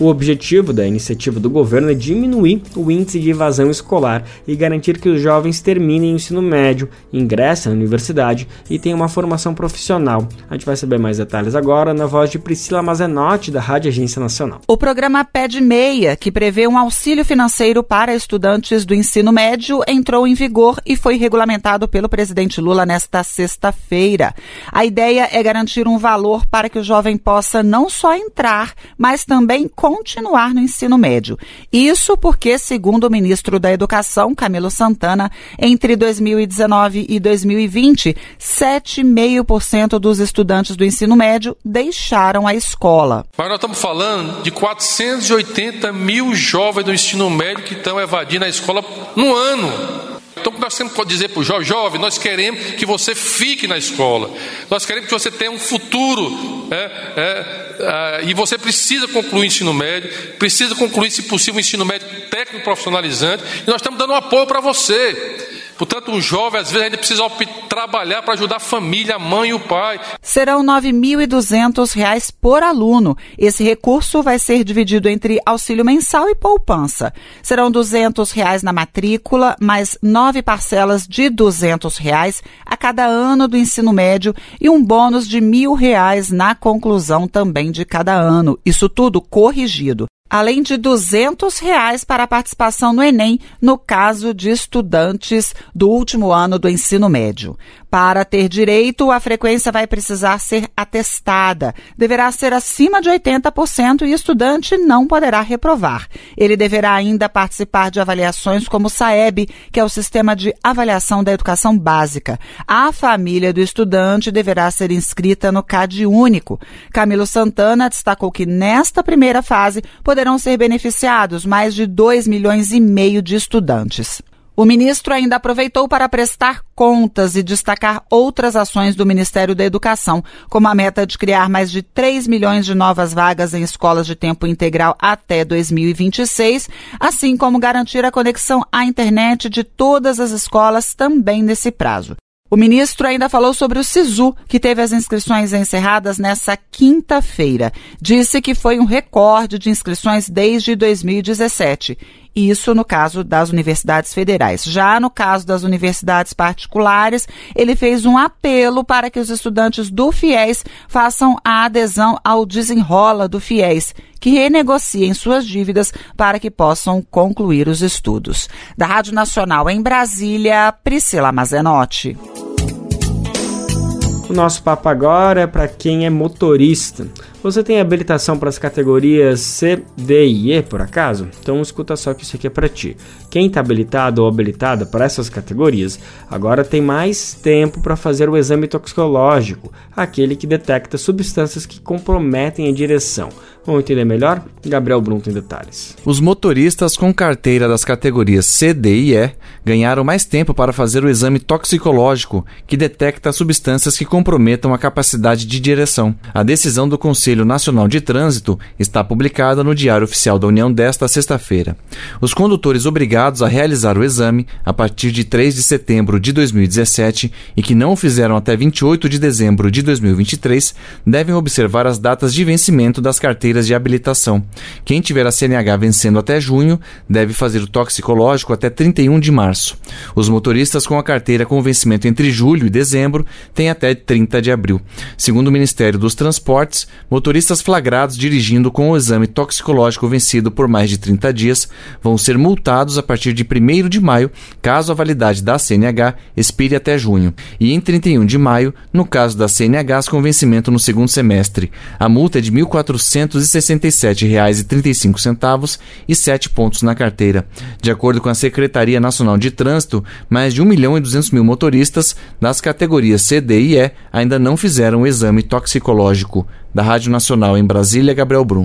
O objetivo da iniciativa do governo é diminuir o índice de evasão escolar e garantir que os jovens terminem o ensino médio, ingressem na universidade e tenham uma formação profissional. A gente vai saber mais detalhes agora na voz de Priscila Mazenotti, da Rádio Agência Nacional. O programa Pé de Meia, que prevê um auxílio financeiro para estudantes do ensino médio, entrou em vigor e foi regulamentado pelo presidente Lula nesta sexta-feira. A ideia é garantir um valor para que o jovem possa não só entrar, mas também continuar no ensino médio. Isso porque, segundo o ministro da Educação, Camilo Santana, entre dois mil e dezenove e dois mil e vinte, sete vírgula cinco por cento dos estudantes do ensino médio deixaram a escola. Mas nós estamos falando de quatrocentos e oitenta mil jovens do ensino médio que estão evadindo a escola no ano. Então, nós sempre podemos dizer para o jovem, jovem, nós queremos que você fique na escola. Nós queremos que você tenha um futuro. É, é, é, e você precisa concluir o ensino médio, precisa concluir, se possível, o ensino médio técnico profissionalizante. E nós estamos dando um apoio para você. Portanto, um jovem, às vezes, ainda precisa trabalhar para ajudar a família, a mãe e o pai. Serão nove mil e duzentos reais por aluno. Esse recurso vai ser dividido entre auxílio mensal e poupança. Serão duzentos reais na matrícula, mais nove parcelas de duzentos reais a cada ano do ensino médio e um bônus de mil reais na conclusão também de cada ano. Isso tudo corrigido. Além de duzentos reais para a participação no Enem, no caso de estudantes do último ano do ensino médio. Para ter direito, a frequência vai precisar ser atestada. Deverá ser acima de oitenta por cento e o estudante não poderá reprovar. Ele deverá ainda participar de avaliações como o SAEB, que é o Sistema de Avaliação da Educação Básica. A família do estudante deverá ser inscrita no CAD único. Camilo Santana destacou que nesta primeira fase poderão ser beneficiados mais de dois milhões e meio de estudantes. O ministro ainda aproveitou para prestar contas e destacar outras ações do Ministério da Educação, como a meta de criar mais de três milhões de novas vagas em escolas de tempo integral até dois mil e vinte e seis, assim como garantir a conexão à internet de todas as escolas também nesse prazo. O ministro ainda falou sobre o SISU, que teve as inscrições encerradas nessa quinta-feira. Disse que foi um recorde de inscrições desde dois mil e dezessete. Isso no caso das universidades federais. Já no caso das universidades particulares, ele fez um apelo para que os estudantes do FIES façam a adesão ao Desenrola do FIES, que renegociem suas dívidas para que possam concluir os estudos. Da Rádio Nacional em Brasília, Priscila Mazenotti. O nosso papo agora é para quem é motorista. Você tem habilitação para as categorias C, D e E, por acaso? Então escuta só que isso aqui é para ti. Quem está habilitado ou habilitada para essas categorias, agora tem mais tempo para fazer o exame toxicológico, aquele que detecta substâncias que comprometem a direção. Vamos entender melhor? Gabriel Brum tem detalhes. Os motoristas com carteira das categorias C, D e E ganharam mais tempo para fazer o exame toxicológico, que detecta substâncias que comprometam a capacidade de direção. A decisão do Conselho Nacional de Trânsito está publicada no Diário Oficial da União desta sexta-feira. Os condutores obrigados a realizar o exame a partir de três de setembro de dois mil e dezessete e que não o fizeram até vinte e oito de dezembro de dois mil e vinte e três devem observar as datas de vencimento das carteiras de habilitação. Quem tiver a C N H vencendo até junho deve fazer o toxicológico até trinta e um de março. Os motoristas com a carteira com vencimento entre julho e dezembro têm até trinta de abril. Segundo o Ministério dos Transportes, motoristas flagrados dirigindo com o exame toxicológico vencido por mais de trinta dias vão ser multados a partir de primeiro de maio, caso a validade da C N H expire até junho, e em trinta e um de maio, no caso das C N Hs com vencimento no segundo semestre. A multa é de mil quatrocentos e sessenta e sete reais e trinta e cinco centavos e sete pontos na carteira. De acordo com a Secretaria Nacional de Trânsito, mais de um milhão e duzentos mil motoristas das categorias C, D e E ainda não fizeram o exame toxicológico. Da Rádio Nacional em Brasília, Gabriel Brum.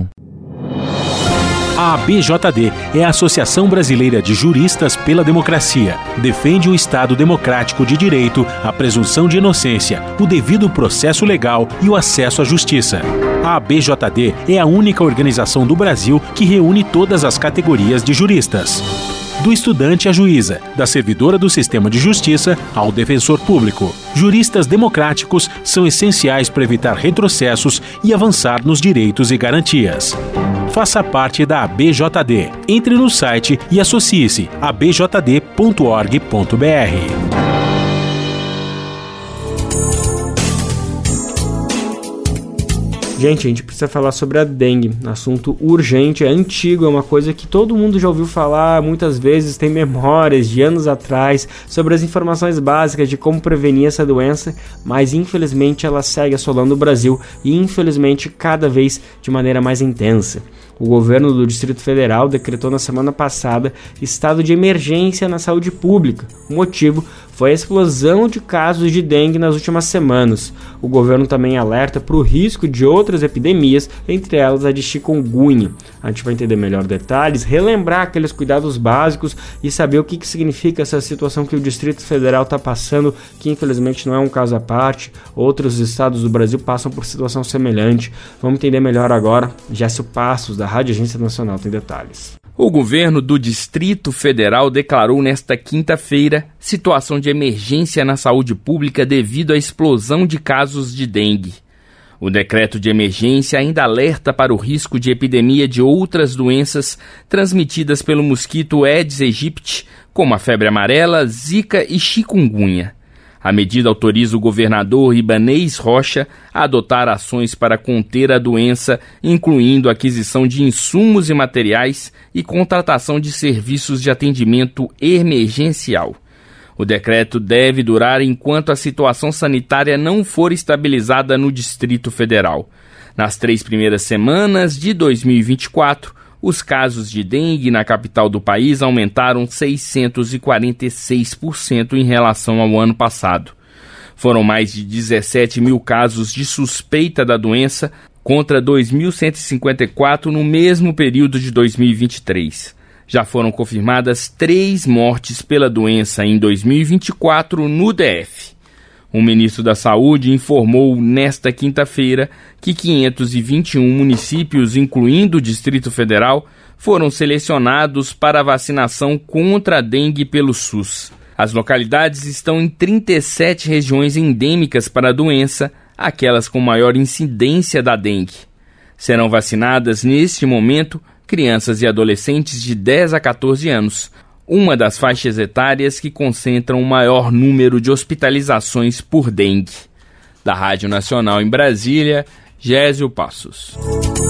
A A B J D é a Associação Brasileira de Juristas pela Democracia. Defende o Estado democrático de direito, a presunção de inocência, o devido processo legal e o acesso à justiça. A A B J D é a única organização do Brasil que reúne todas as categorias de juristas. Do estudante à juíza, da servidora do sistema de justiça ao defensor público. Juristas democráticos são essenciais para evitar retrocessos e avançar nos direitos e garantias. Faça parte da A B J D. Entre no site e associe-se a b j d ponto org ponto b r. Gente, a gente precisa falar sobre a dengue, assunto urgente, é antigo, é uma coisa que todo mundo já ouviu falar, muitas vezes tem memórias de anos atrás sobre as informações básicas de como prevenir essa doença, mas infelizmente ela segue assolando o Brasil e infelizmente cada vez de maneira mais intensa. O governo do Distrito Federal decretou na semana passada estado de emergência na saúde pública. O motivo foi a explosão de casos de dengue nas últimas semanas. O governo também alerta para o risco de outras epidemias, entre elas a de chikungunya. A gente vai entender melhor detalhes, relembrar aqueles cuidados básicos e saber o que, que significa essa situação que o Distrito Federal está passando, que infelizmente não é um caso à parte. Outros estados do Brasil passam por situação semelhante. Vamos entender melhor agora. Jéssio Passos, da Rádio Agência Nacional, tem detalhes. O governo do Distrito Federal declarou nesta quinta-feira situação de emergência na saúde pública devido à explosão de casos de dengue. O decreto de emergência ainda alerta para o risco de epidemia de outras doenças transmitidas pelo mosquito Aedes aegypti, como a febre amarela, zika e chikungunya. A medida autoriza o governador Ibanez Rocha a adotar ações para conter a doença, incluindo aquisição de insumos e materiais e contratação de serviços de atendimento emergencial. O decreto deve durar enquanto a situação sanitária não for estabilizada no Distrito Federal. Nas três primeiras semanas de dois mil e vinte e quatro, os casos de dengue na capital do país aumentaram seiscentos e quarenta e seis por cento em relação ao ano passado. Foram mais de dezessete mil casos de suspeita da doença contra dois mil cento e cinquenta e quatro no mesmo período de dois mil e vinte e três. Já foram confirmadas três mortes pela doença em dois mil e vinte e quatro no D F. O ministro da Saúde informou nesta quinta-feira que quinhentos e vinte e um municípios, incluindo o Distrito Federal, foram selecionados para a vacinação contra a dengue pelo SUS. As localidades estão em trinta e sete regiões endêmicas para a doença, aquelas com maior incidência da dengue. Serão vacinadas, neste momento, crianças e adolescentes de dez a quatorze anos, uma das faixas etárias que concentram o maior número de hospitalizações por dengue. Da Rádio Nacional em Brasília, Jéssio Passos.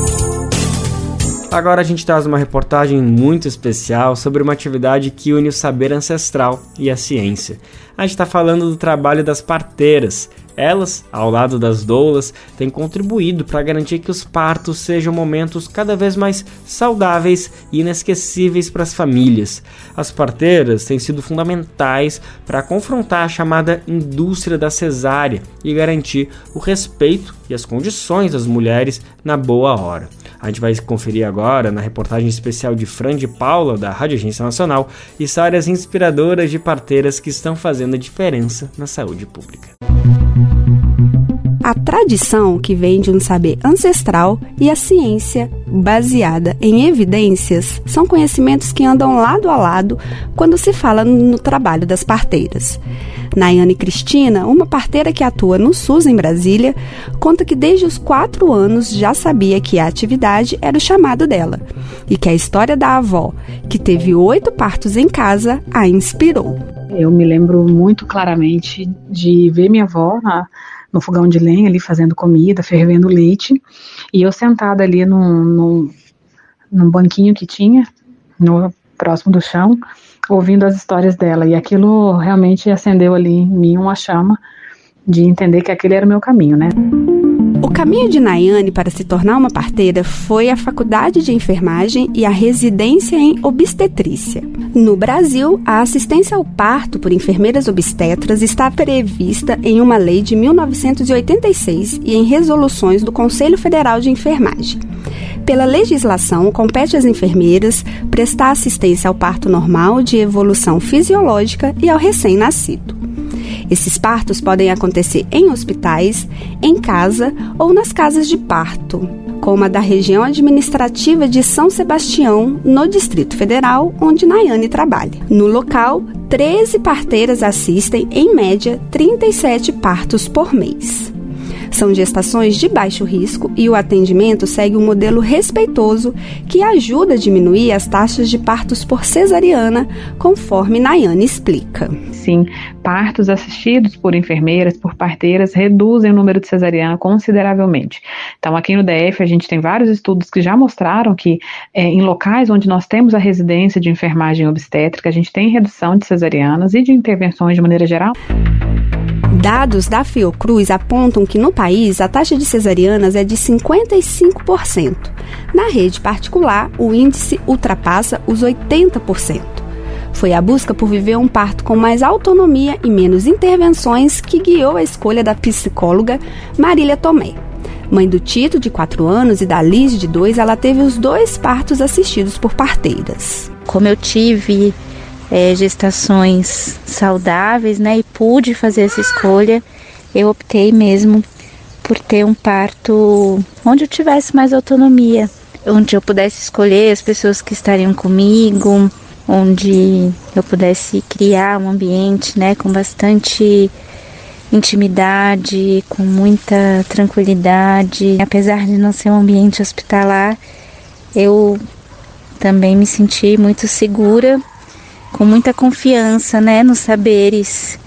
Agora a gente traz uma reportagem muito especial sobre uma atividade que une o saber ancestral e a ciência. A gente está falando do trabalho das parteiras. Elas, ao lado das doulas, têm contribuído para garantir que os partos sejam momentos cada vez mais saudáveis e inesquecíveis para as famílias. As parteiras têm sido fundamentais para confrontar a chamada indústria da cesárea e garantir o respeito e as condições das mulheres na boa hora. A gente vai conferir agora, na reportagem especial de Fran de Paula, da Rádio Agência Nacional, histórias inspiradoras de parteiras que estão fazendo a diferença na saúde pública. A tradição, que vem de um saber ancestral, e a ciência, baseada em evidências, são conhecimentos que andam lado a lado quando se fala no trabalho das parteiras. Nayane Cristina, uma parteira que atua no SUS em Brasília, conta que desde os quatro anos já sabia que a atividade era o chamado dela e que a história da avó, que teve oito partos em casa, a inspirou. Eu me lembro muito claramente de ver minha avó na no fogão de lenha ali fazendo comida, fervendo leite, e eu sentada ali num, num, num banquinho que tinha, no, próximo do chão, ouvindo as histórias dela, e aquilo realmente acendeu ali em mim uma chama de entender que aquele era o meu caminho, né? O caminho de Nayane para se tornar uma parteira foi a faculdade de enfermagem e a residência em obstetrícia. No Brasil, a assistência ao parto por enfermeiras obstetras está prevista em uma lei de mil novecentos e oitenta e seis e em resoluções do Conselho Federal de Enfermagem. Pela legislação, compete às enfermeiras prestar assistência ao parto normal de evolução fisiológica e ao recém-nascido. Esses partos podem acontecer em hospitais, em casa ou nas casas de parto, como a da região administrativa de São Sebastião, no Distrito Federal, onde Nayane trabalha. No local, treze parteiras assistem, em média, trinta e sete partos por mês. São gestações de baixo risco e o atendimento segue um modelo respeitoso que ajuda a diminuir as taxas de partos por cesariana, conforme Nayane explica. Sim, partos assistidos por enfermeiras, por parteiras, reduzem o número de cesariana consideravelmente. Então, aqui no D F, a gente tem vários estudos que já mostraram que é, em locais onde nós temos a residência de enfermagem obstétrica, a gente tem redução de cesarianas e de intervenções de maneira geral. Dados da Fiocruz apontam que no país a taxa de cesarianas é de cinquenta e cinco por cento. Na rede particular, o índice ultrapassa os oitenta por cento. Foi a busca por viver um parto com mais autonomia e menos intervenções que guiou a escolha da psicóloga Marília Tomé. Mãe do Tito, de quatro anos, e da Liz, de dois, ela teve os dois partos assistidos por parteiras. Como eu tive é, gestações saudáveis, né, e pude fazer essa escolha, eu optei mesmo por ter um parto onde eu tivesse mais autonomia, onde eu pudesse escolher as pessoas que estariam comigo, onde eu pudesse criar um ambiente, né, com bastante intimidade, com muita tranquilidade. Apesar de não ser um ambiente hospitalar, eu também me senti muito segura, com muita confiança, né, nos saberes.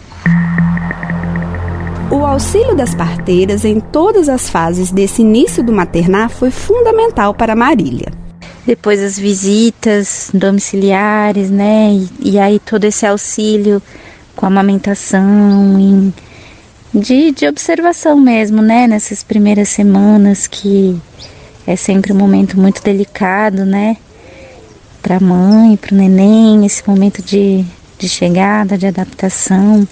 O auxílio das parteiras em todas as fases desse início do maternar foi fundamental para Marília. Depois as visitas domiciliares, né, e, e aí todo esse auxílio com a amamentação, em, de, de observação mesmo, né, nessas primeiras semanas, que é sempre um momento muito delicado, né, para a mãe, para o neném, esse momento de, de chegada, de adaptação.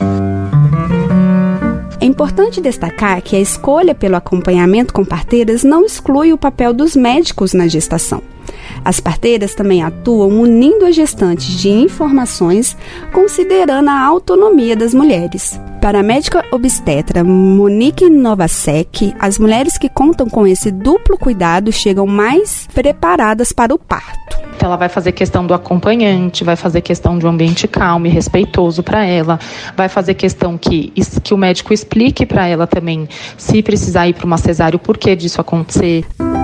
É importante destacar que a escolha pelo acompanhamento com parteiras não exclui o papel dos médicos na gestação. As parteiras também atuam unindo as gestantes de informações, considerando a autonomia das mulheres. Para a médica obstetra Monique Novacek, as mulheres que contam com esse duplo cuidado chegam mais preparadas para o parto. Ela vai fazer questão do acompanhante, vai fazer questão de um ambiente calmo e respeitoso para ela, vai fazer questão que, que o médico explique para ela também, se precisar ir para uma cesárea, o porquê disso acontecer.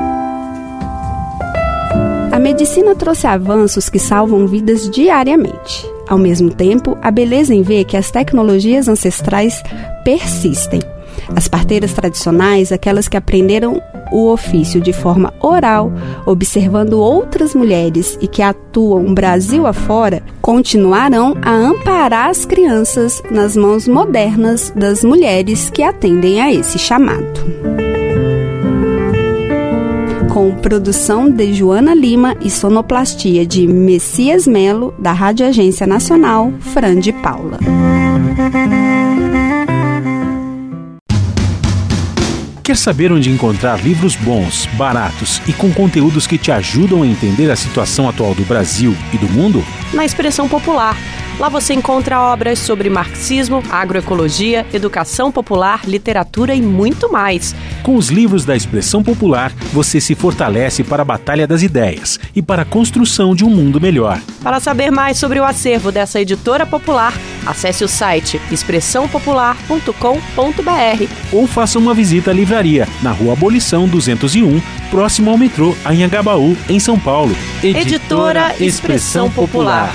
A medicina trouxe avanços que salvam vidas diariamente. Ao mesmo tempo, a beleza em ver que as tecnologias ancestrais persistem. As parteiras tradicionais, aquelas que aprenderam o ofício de forma oral, observando outras mulheres e que atuam Brasil afora, continuarão a amparar as crianças nas mãos modernas das mulheres que atendem a esse chamado. Com produção de Joana Lima e sonoplastia de Messias Melo, da Rádio Agência Nacional, Fran de Paula. Quer saber onde encontrar livros bons, baratos e com conteúdos que te ajudam a entender a situação atual do Brasil e do mundo? Na Expressão Popular. Lá você encontra obras sobre marxismo, agroecologia, educação popular, literatura e muito mais. Com os livros da Expressão Popular, você se fortalece para a batalha das ideias e para a construção de um mundo melhor. Para saber mais sobre o acervo dessa editora popular, acesse o site expressão popular ponto com ponto b r ou faça uma visita à livraria na Rua Abolição duzentos e um, próximo ao metrô Anhangabaú, em São Paulo. Editora Expressão Popular.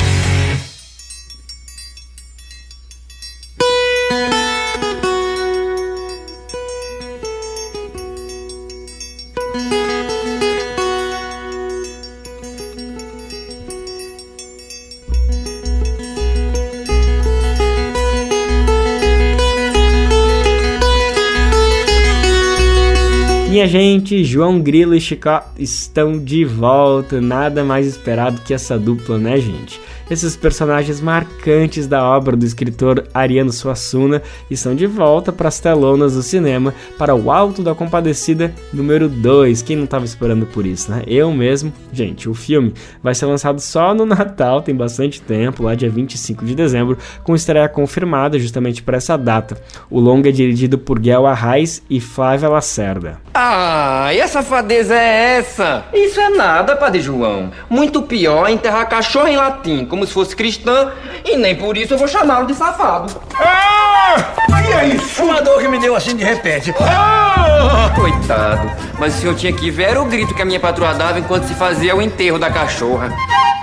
Minha gente, João Grilo e Chicó estão de volta, nada mais esperado que essa dupla, né, gente? Esses personagens marcantes da obra do escritor Ariano Suassuna estão de volta para as telonas do cinema para o Alto da Compadecida número dois. Quem não estava esperando por isso, né? Eu mesmo. Gente, o filme vai ser lançado só no Natal, tem bastante tempo, lá dia vinte e cinco de dezembro, com estreia confirmada justamente para essa data. O longa é dirigido por Guel Arraes e Flávia Lacerda. Ah, e a safadeza é essa? Isso é nada, Padre João. Muito pior é enterrar cachorro em latim, como se fosse cristã, e nem por isso eu vou chamá-lo de safado. Ah! Ah! Que é isso? Uma dor que me deu assim de repente. Ah! Coitado, mas o senhor tinha que ver o grito que a minha patroa dava enquanto se fazia o enterro da cachorra.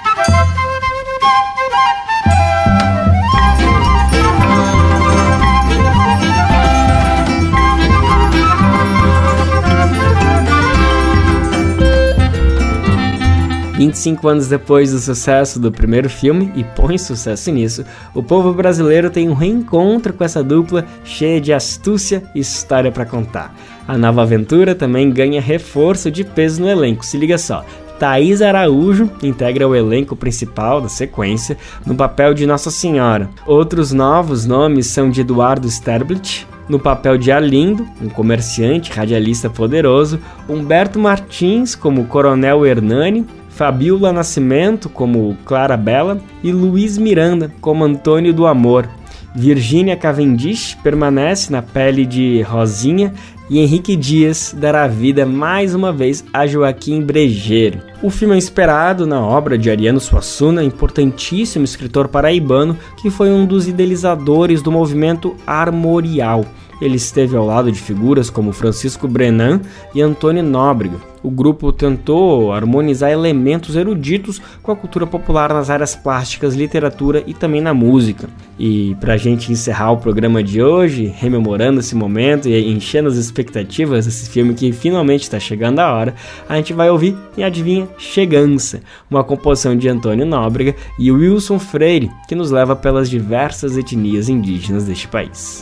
vinte e cinco anos depois do sucesso do primeiro filme, e põe sucesso nisso, o povo brasileiro tem um reencontro com essa dupla cheia de astúcia e história para contar. A nova aventura também ganha reforço de peso no elenco, se liga só. Thaís Araújo integra o elenco principal da sequência no papel de Nossa Senhora. Outros novos nomes são de Eduardo Sterblit, no papel de Arlindo, um comerciante radialista poderoso, Humberto Martins como Coronel Hernani, Fabiola Nascimento como Clara Bela e Luiz Miranda como Antônio do Amor. Virgínia Cavendish permanece na pele de Rosinha e Henrique Dias dará vida mais uma vez a Joaquim Brejeiro. O filme é inspirado na obra de Ariano Suassuna, importantíssimo escritor paraibano que foi um dos idealizadores do movimento armorial. Ele esteve ao lado de figuras como Francisco Brenan e Antônio Nóbrega. O grupo tentou harmonizar elementos eruditos com a cultura popular nas áreas plásticas, literatura e também na música. E para a gente encerrar o programa de hoje, rememorando esse momento e enchendo as expectativas desse filme que finalmente está chegando a hora, a gente vai ouvir, e adivinha, Chegança, uma composição de Antônio Nóbrega e Wilson Freire, que nos leva pelas diversas etnias indígenas deste país.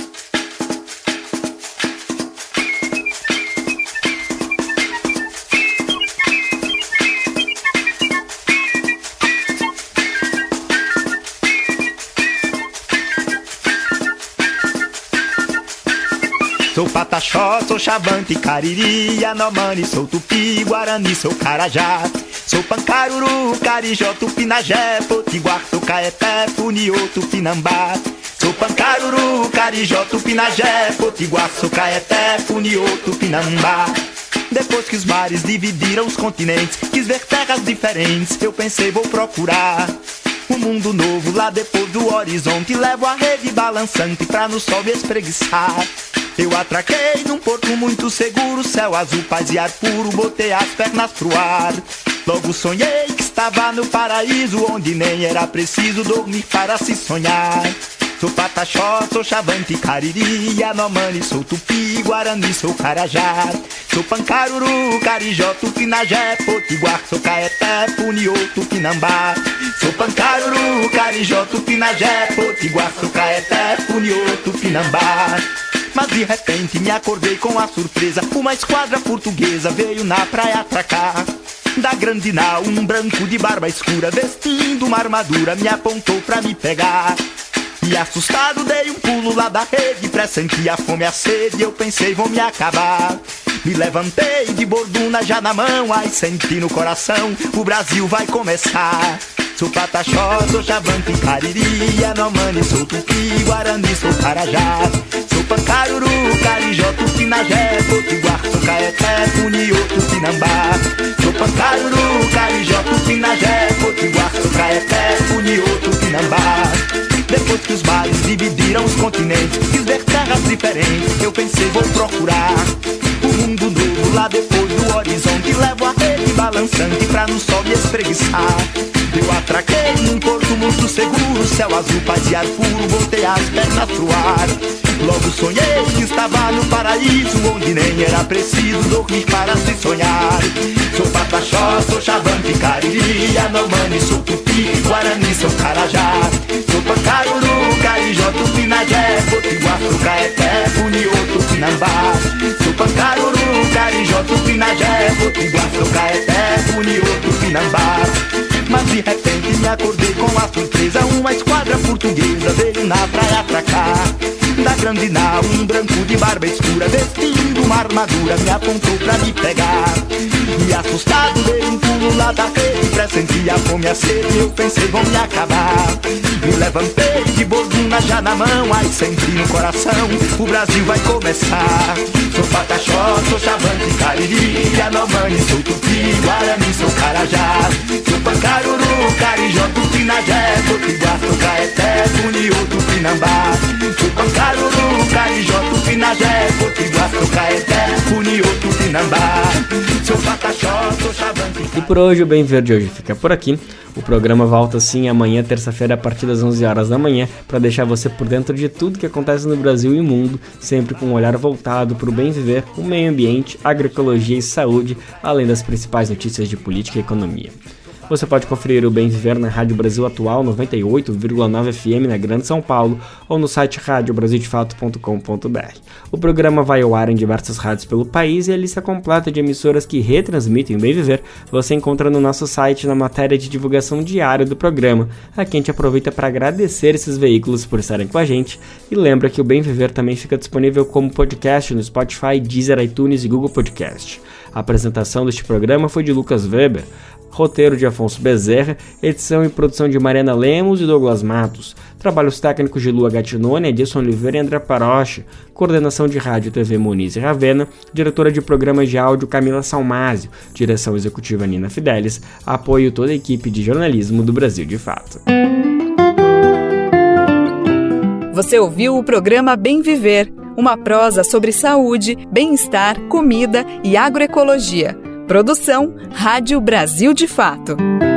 Sou Pataxó, sou Xavante, Cariri, Yanomami, sou Tupi, Guarani, sou Carajá. Sou Pancaruru, Carijó, Tupinagé, Potiguar, sou Caeté, Funiô, Tupinambá. Sou Pancaruru, Carijó, Tupinagé, Potiguar, sou Caeté, Funiô, Tupinambá. Depois que os mares dividiram os continentes, quis ver terras diferentes, eu pensei vou procurar um mundo novo lá depois do horizonte. Levo a rede balançante pra no sol me espreguiçar. Eu atraquei num porto muito seguro, céu azul, paz e ar puro, botei as pernas pro ar. Logo sonhei que estava no paraíso, onde nem era preciso dormir para se sonhar. Sou Pataxó, sou Xavante, Cariri, Yanomami, sou Tupi, Guarani, sou Carajá. Sou Pancaruru, Carijó, Tupinagé, Potiguar, sou Caeté, Funiô, Tupinambá. Sou Pancaruru, Carijó, Tupinagé, Potiguar, sou Caeté, Funiô, Tupinambá. Mas de repente me acordei com a surpresa, uma esquadra portuguesa veio na praia atracar. Da grande nau, um branco de barba escura, vestindo uma armadura, me apontou pra me pegar. E assustado dei um pulo lá da rede, pressenti a fome e a sede, eu pensei vão me acabar. Me levantei de borduna já na mão, ai senti no coração, o Brasil vai começar. Sou Pataxó, sou Xavante, Cariri, Yanomami, sou Tupi, Guarani, sou Carajá. Sou Pancaruru, Carijó, Tupinagé, Potiguar, sou Caeté, Funiô, Tupinambá. Sou Pancaruru, Carijó, Tupinagé, Potiguar, sou Caeté, Funiô, Tupinambá. Depois que os mares dividiram os continentes, quis ver terras diferentes, eu pensei vou procurar um mundo novo lá depois do horizonte. Levo a rede balançante pra no sol me espreguiçar. Eu atraquei num porto muito seguro, céu azul, paz e ar puro, botei as pernas pro ar. Logo sonhei que estava no paraíso, onde nem era preciso dormir para se sonhar. Sou Pataxó, sou Xavante, Cariri, Yanomami, sou Tupi, Guarani, sou Carajá. Sou Pancaruru, Carijó, Tupinagé, Potiguar, sou Caeté, Funiô, Tupinambá. Sou Pancaruru, Carijó, Tupinagé, Potiguar, sou Caeté, Funiô, Tupinambá. Mas de repente me acordei com a surpresa, uma esquadra portuguesa veio na praia atracar. Da grande nau, um branco de barba escura, vestindo uma armadura, me apontou pra me pegar. E assustado dei um pulo lá da rede, pressenti a fome e a sede, eu pensei vão me acabar. Me levantei de borduna já na mão, ai senti no coração, o Brasil vai começar. Sou Pataxó, sou Xavante, Cariri, Yanomami, sou Tupi, Guarani, sou Carajá. Sou Pancaruru, Carijó, Tupinagé, Potiguar, sou Caeté, Funiô, Tupinambá. Sou Potiguar, sou Caeté, Funiô, Tupinambá. Sou Pataxó, sou Xavante. E por hoje o Bem Verde hoje fica por aqui. O programa volta sim amanhã, terça-feira, a partir das onze horas da manhã, para deixar você por dentro de tudo que acontece no Brasil e mundo, sempre com um olhar voltado para o bem viver, o meio ambiente, agroecologia e saúde, além das principais notícias de política e economia. Você pode conferir o Bem Viver na Rádio Brasil Atual noventa e oito vírgula nove F M na Grande São Paulo ou no site rádio brasil de fato ponto com ponto b r. O programa vai ao ar em diversas rádios pelo país e a lista completa de emissoras que retransmitem o Bem Viver você encontra no nosso site na matéria de divulgação diária do programa. Aqui a gente aproveita para agradecer esses veículos por estarem com a gente e lembra que o Bem Viver também fica disponível como podcast no Spotify, Deezer, iTunes e Google Podcast. A apresentação deste programa foi de Lucas Weber, roteiro de Afonso Bezerra, edição e produção de Mariana Lemos e Douglas Matos, trabalhos técnicos de Lua Gattinone, Edson Oliveira e André Paroche, coordenação de rádio e T V Muniz e Ravena, diretora de programas de áudio Camila Salmásio, direção executiva Nina Fidelis, apoio toda a equipe de jornalismo do Brasil de Fato. Você ouviu o programa Bem Viver, uma prosa sobre saúde, bem-estar, comida e agroecologia. Produção Rádio Brasil de Fato.